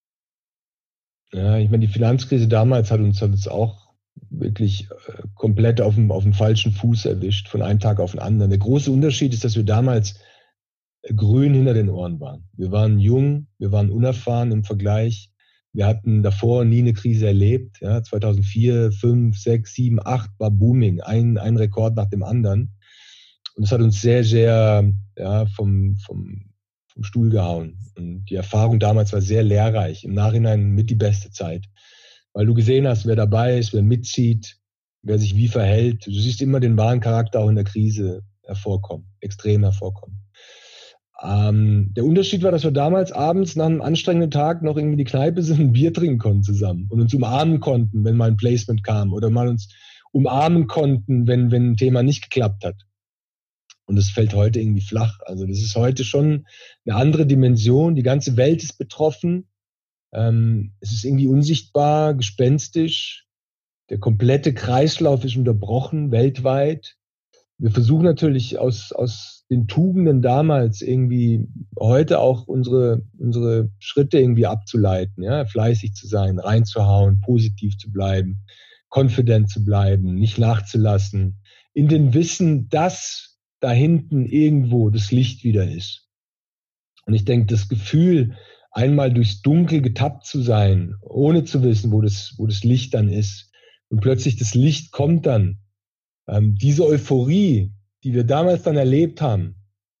Ja, ich meine, die Finanzkrise damals hat uns, hat uns auch wirklich äh, komplett auf dem, auf dem falschen Fuß erwischt, von einem Tag auf den anderen. Der große Unterschied ist, dass wir damals grün hinter den Ohren waren. Wir waren jung, wir waren unerfahren im Vergleich. Wir hatten davor nie eine Krise erlebt. Ja, zweitausendvier, fünf, sechs, sieben, acht war Booming, ein, ein Rekord nach dem anderen. Und das hat uns sehr, sehr ja, vom, vom, vom Stuhl gehauen. Und die Erfahrung damals war sehr lehrreich. Im Nachhinein mit die beste Zeit. Weil du gesehen hast, wer dabei ist, wer mitzieht, wer sich wie verhält. Du siehst immer den wahren Charakter auch in der Krise hervorkommen, extrem hervorkommen. Ähm, der Unterschied war, dass wir damals abends nach einem anstrengenden Tag noch irgendwie in die Kneipe sind, ein Bier trinken konnten zusammen und uns umarmen konnten, wenn mal ein Placement kam oder mal uns umarmen konnten, wenn, wenn ein Thema nicht geklappt hat. Und das fällt heute irgendwie flach. Also das ist heute schon eine andere Dimension. Die ganze Welt ist betroffen. Ähm, es ist irgendwie unsichtbar, gespenstisch. Der komplette Kreislauf ist unterbrochen weltweit. Wir versuchen natürlich aus, aus den Tugenden damals irgendwie heute auch unsere, unsere Schritte irgendwie abzuleiten, ja, fleißig zu sein, reinzuhauen, positiv zu bleiben, confident zu bleiben, nicht nachzulassen, in dem Wissen, dass da hinten irgendwo das Licht wieder ist. Und ich denke, das Gefühl, einmal durchs Dunkel getappt zu sein, ohne zu wissen, wo das, wo das Licht dann ist, und plötzlich das Licht kommt dann, Ähm, diese Euphorie, die wir damals dann erlebt haben,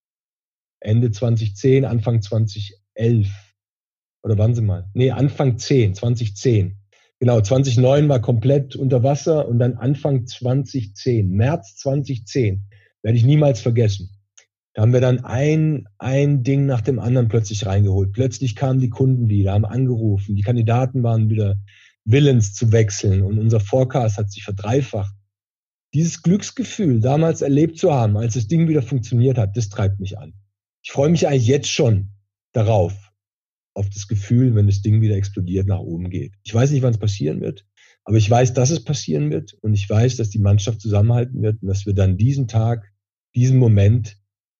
Ende zweitausendzehn, Anfang zweitausendelf, oder wann Sie mal? Nee, Anfang zehn, zweitausendzehn. Genau, zweitausendneun war komplett unter Wasser und dann Anfang zweitausendzehn, März zweitausendzehn, werde ich niemals vergessen. Da haben wir dann ein, ein Ding nach dem anderen plötzlich reingeholt. Plötzlich kamen die Kunden wieder, haben angerufen, die Kandidaten waren wieder willens zu wechseln und unser Forecast hat sich verdreifacht. Dieses Glücksgefühl damals erlebt zu haben, als das Ding wieder funktioniert hat, das treibt mich an. Ich freue mich eigentlich jetzt schon darauf, auf das Gefühl, wenn das Ding wieder explodiert, nach oben geht. Ich weiß nicht, wann es passieren wird, aber ich weiß, dass es passieren wird und ich weiß, dass die Mannschaft zusammenhalten wird und dass wir dann diesen Tag, diesen Moment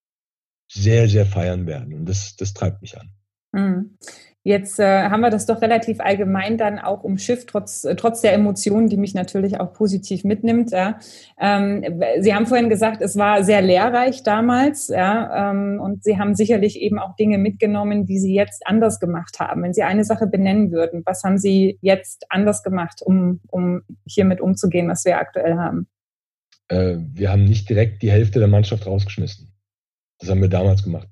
sehr, sehr feiern werden. Und das, das treibt mich an. Mhm. Jetzt äh, haben wir das doch relativ allgemein dann auch umschifft, trotz, äh, trotz der Emotionen, die mich natürlich auch positiv mitnimmt. Ja. Ähm, Sie haben vorhin gesagt, es war sehr lehrreich damals, ja, ähm, und Sie haben sicherlich eben auch Dinge mitgenommen, die Sie jetzt anders gemacht haben. Wenn Sie eine Sache benennen würden, was haben Sie jetzt anders gemacht, um, um hiermit umzugehen, was wir aktuell haben? Äh, wir haben nicht direkt die Hälfte der Mannschaft rausgeschmissen. Das haben wir damals gemacht.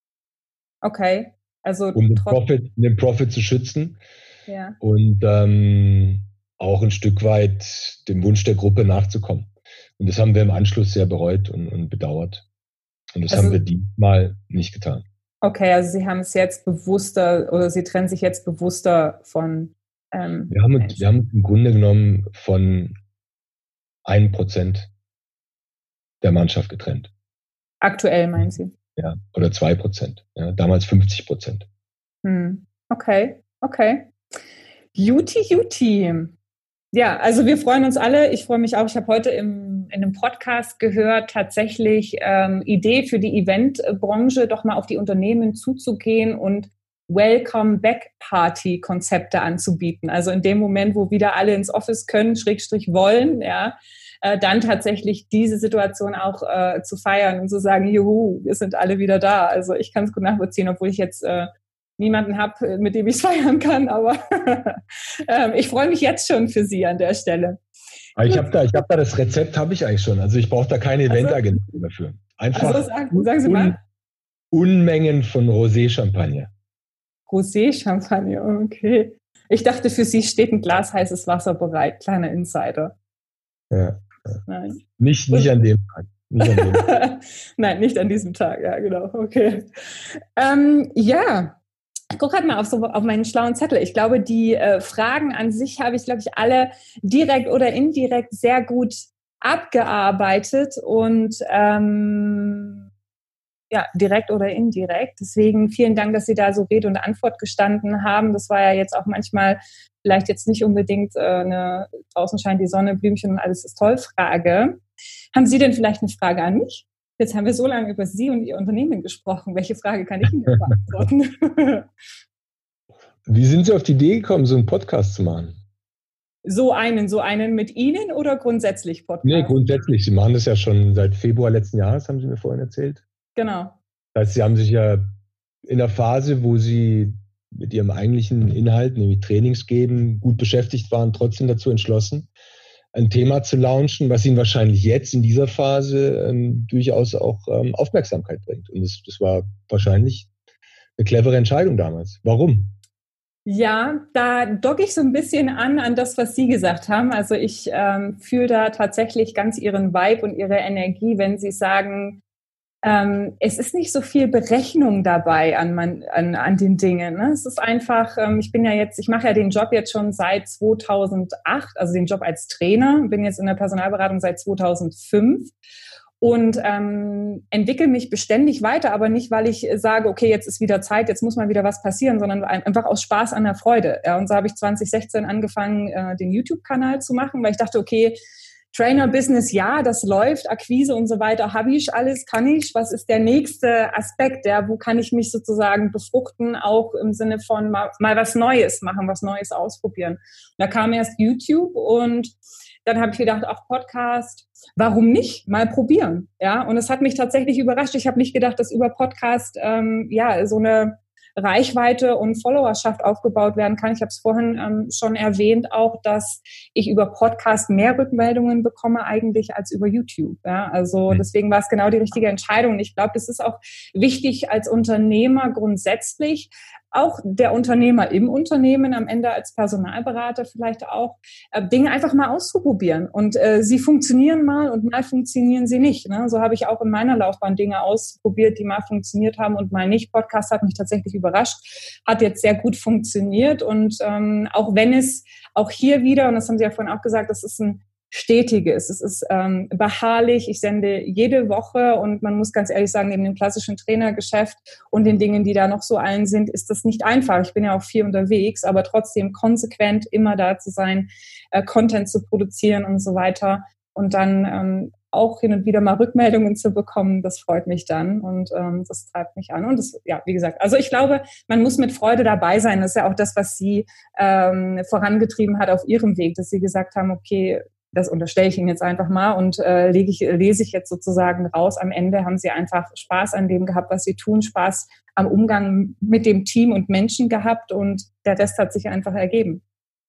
Okay. Also um den Profit, den Profit zu schützen, ja. Und ähm, auch ein Stück weit dem Wunsch der Gruppe nachzukommen. Und das haben wir im Anschluss sehr bereut und, und bedauert. Und das also, haben wir diesmal nicht getan. Okay, also Sie haben es jetzt bewusster oder Sie trennen sich jetzt bewusster von ähm, wir haben uns, wir haben im Grunde genommen von einem Prozent der Mannschaft getrennt. Aktuell meinen Sie? Ja, oder zwei Prozent. Ja, damals fünfzig Prozent. Hm. Okay, okay. Juti, Juti. Ja, also wir freuen uns alle. Ich freue mich auch. Ich habe heute im, in einem Podcast gehört, tatsächlich ähm, Idee für die Eventbranche, doch mal auf die Unternehmen zuzugehen und Welcome-Back-Party-Konzepte anzubieten. Also in dem Moment, wo wieder alle ins Office können, Schrägstrich wollen, ja, äh, dann tatsächlich diese Situation auch äh, zu feiern und zu sagen, juhu, wir sind alle wieder da. Also ich kann es gut nachvollziehen, obwohl ich jetzt äh, niemanden habe, mit dem ich es feiern kann, aber ähm, ich freue mich jetzt schon für Sie an der Stelle. Aber ich habe da, ich habe da das Rezept habe ich eigentlich schon. Also ich brauche da keine Eventagentur dafür. Einfach also sagen, sagen Sie mal. Unmengen von Rosé-Champagner. Rosé-Champagner, okay. Ich dachte, für Sie steht ein Glas heißes Wasser bereit. Kleiner Insider. Ja. Nein. Nicht, nicht an dem Tag. Nicht an dem Tag. Nein, nicht an diesem Tag, ja, genau. Okay. Ähm, ja. Ich gucke gerade mal auf, so, auf meinen schlauen Zettel. Ich glaube, die äh, Fragen an sich habe ich, glaube ich, alle direkt oder indirekt sehr gut abgearbeitet und ähm, ja, direkt oder indirekt. Deswegen vielen Dank, dass Sie da so Rede und Antwort gestanden haben. Das war ja jetzt auch manchmal vielleicht jetzt nicht unbedingt äh, eine draußen scheint die Sonne, Blümchen und alles ist toll Frage. Haben Sie denn vielleicht eine Frage an mich? Jetzt haben wir so lange über Sie und Ihr Unternehmen gesprochen. Welche Frage kann ich Ihnen beantworten? Wie sind Sie auf die Idee gekommen, so einen Podcast zu machen? So einen, so einen mit Ihnen oder grundsätzlich Podcast? Nee, grundsätzlich. Sie machen das ja schon seit Februar letzten Jahres, haben Sie mir vorhin erzählt. Genau. Das heißt, Sie haben sich ja in der Phase, wo Sie mit Ihrem eigentlichen Inhalt, nämlich Trainings geben, gut beschäftigt waren, trotzdem dazu entschlossen, ein Thema zu launchen, was Ihnen wahrscheinlich jetzt in dieser Phase ähm, durchaus auch ähm, Aufmerksamkeit bringt. Und das, das war wahrscheinlich eine clevere Entscheidung damals. Warum? Ja, da docke ich so ein bisschen an an das, was Sie gesagt haben. Also ich ähm, fühle da tatsächlich ganz Ihren Vibe und Ihre Energie, wenn Sie sagen, ähm, es ist nicht so viel Berechnung dabei an, man, an, an den Dingen. Ne? Es ist einfach, ähm, ich bin ja jetzt, ich mache ja den Job jetzt schon seit zweitausendacht, also den Job als Trainer, bin jetzt in der Personalberatung seit zweitausendfünf. Und ähm, entwickle mich beständig weiter, aber nicht, weil ich sage, okay, jetzt ist wieder Zeit, jetzt muss mal wieder was passieren, sondern einfach aus Spaß an der Freude. Ja, und so habe ich zwanzig sechzehn angefangen, äh, den YouTube-Kanal zu machen, weil ich dachte, okay, Trainer-Business, ja, das läuft, Akquise und so weiter, habe ich alles, kann ich. Was ist der nächste Aspekt, ja, wo kann ich mich sozusagen befruchten, auch im Sinne von mal, mal was Neues machen, was Neues ausprobieren. Und da kam erst YouTube und dann habe ich gedacht, auch Podcast, warum nicht? Mal probieren. Ja, und es hat mich tatsächlich überrascht. Ich habe nicht gedacht, dass über Podcast ähm, ja so eine Reichweite und Followerschaft aufgebaut werden kann. Ich habe es vorhin ähm, schon erwähnt, auch, dass ich über Podcast mehr Rückmeldungen bekomme eigentlich als über YouTube. Ja, also deswegen war es genau die richtige Entscheidung. Und ich glaube, das ist auch wichtig als Unternehmer grundsätzlich, auch der Unternehmer im Unternehmen, am Ende als Personalberater vielleicht auch, äh, Dinge einfach mal auszuprobieren. Und äh, sie funktionieren mal und mal funktionieren sie nicht. Ne? So habe ich auch in meiner Laufbahn Dinge ausprobiert, die mal funktioniert haben und mal nicht. Podcast hat mich tatsächlich überrascht, hat jetzt sehr gut funktioniert. Und ähm, auch wenn es auch hier wieder, und das haben Sie ja vorhin auch gesagt, das ist ein Stetiges. Es ist ähm, beharrlich. Ich sende jede Woche und man muss ganz ehrlich sagen, neben dem klassischen Trainergeschäft und den Dingen, die da noch so allen sind, ist das nicht einfach. Ich bin ja auch viel unterwegs, aber trotzdem konsequent immer da zu sein, äh, Content zu produzieren und so weiter und dann ähm, auch hin und wieder mal Rückmeldungen zu bekommen, das freut mich dann und ähm, das treibt mich an. Und das, ja, wie gesagt, also ich glaube, man muss mit Freude dabei sein. Das ist ja auch das, was Sie ähm, vorangetrieben hat auf Ihrem Weg, dass Sie gesagt haben, okay, das unterstelle ich Ihnen jetzt einfach mal und äh, lege ich, lese ich jetzt sozusagen raus. Am Ende haben Sie einfach Spaß an dem gehabt, was Sie tun, Spaß am Umgang mit dem Team und Menschen gehabt und der Rest hat sich einfach ergeben.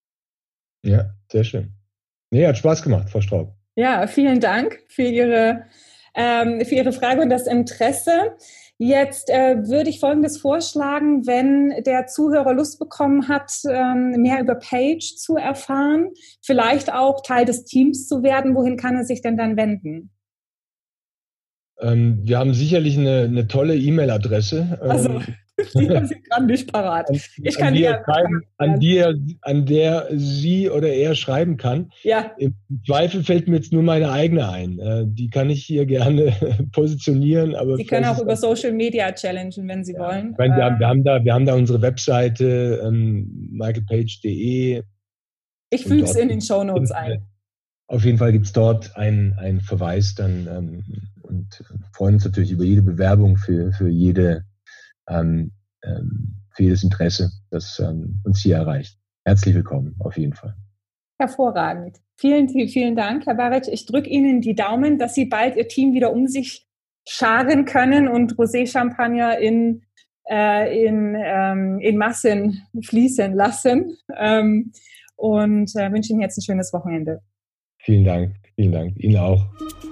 Ja, sehr schön. Nee, hat Spaß gemacht, Frau Straub. Ja, vielen Dank für Ihre, ähm, für Ihre Frage und das Interesse. Jetzt äh, würde ich Folgendes vorschlagen, wenn der Zuhörer Lust bekommen hat, ähm, mehr über Page zu erfahren, vielleicht auch Teil des Teams zu werden, wohin kann er sich denn dann wenden? Ähm, wir haben sicherlich eine, eine tolle E-Mail-Adresse. Also, ähm, die haben Sie gerade nicht parat. An, Ich an, kann die die ja schreiben, an, die er, an der sie oder er schreiben kann. Ja. Im Zweifel fällt mir jetzt nur meine eigene ein. Äh, die kann ich hier gerne positionieren. Aber Sie können auch über Social Media challengen, wenn Sie ja. wollen. Ich meine, wir, haben, wir, haben da, wir haben da unsere Webseite ähm, michael page punkt de. Ich füge es in den Shownotes ein. Auf jeden Fall gibt es dort einen, einen Verweis dann ähm, und freuen uns natürlich über jede Bewerbung für, für, jede, ähm, ähm, für jedes Interesse, das ähm, uns hier erreicht. Herzlich willkommen, auf jeden Fall. Hervorragend. Vielen, vielen Dank, Herr Baric. Ich drücke Ihnen die Daumen, dass Sie bald Ihr Team wieder um sich scharen können und Rosé-Champagner in, äh, in, ähm, in Massen fließen lassen. Ähm, und äh, wünsche Ihnen jetzt ein schönes Wochenende. Vielen Dank, vielen Dank. Ihnen auch.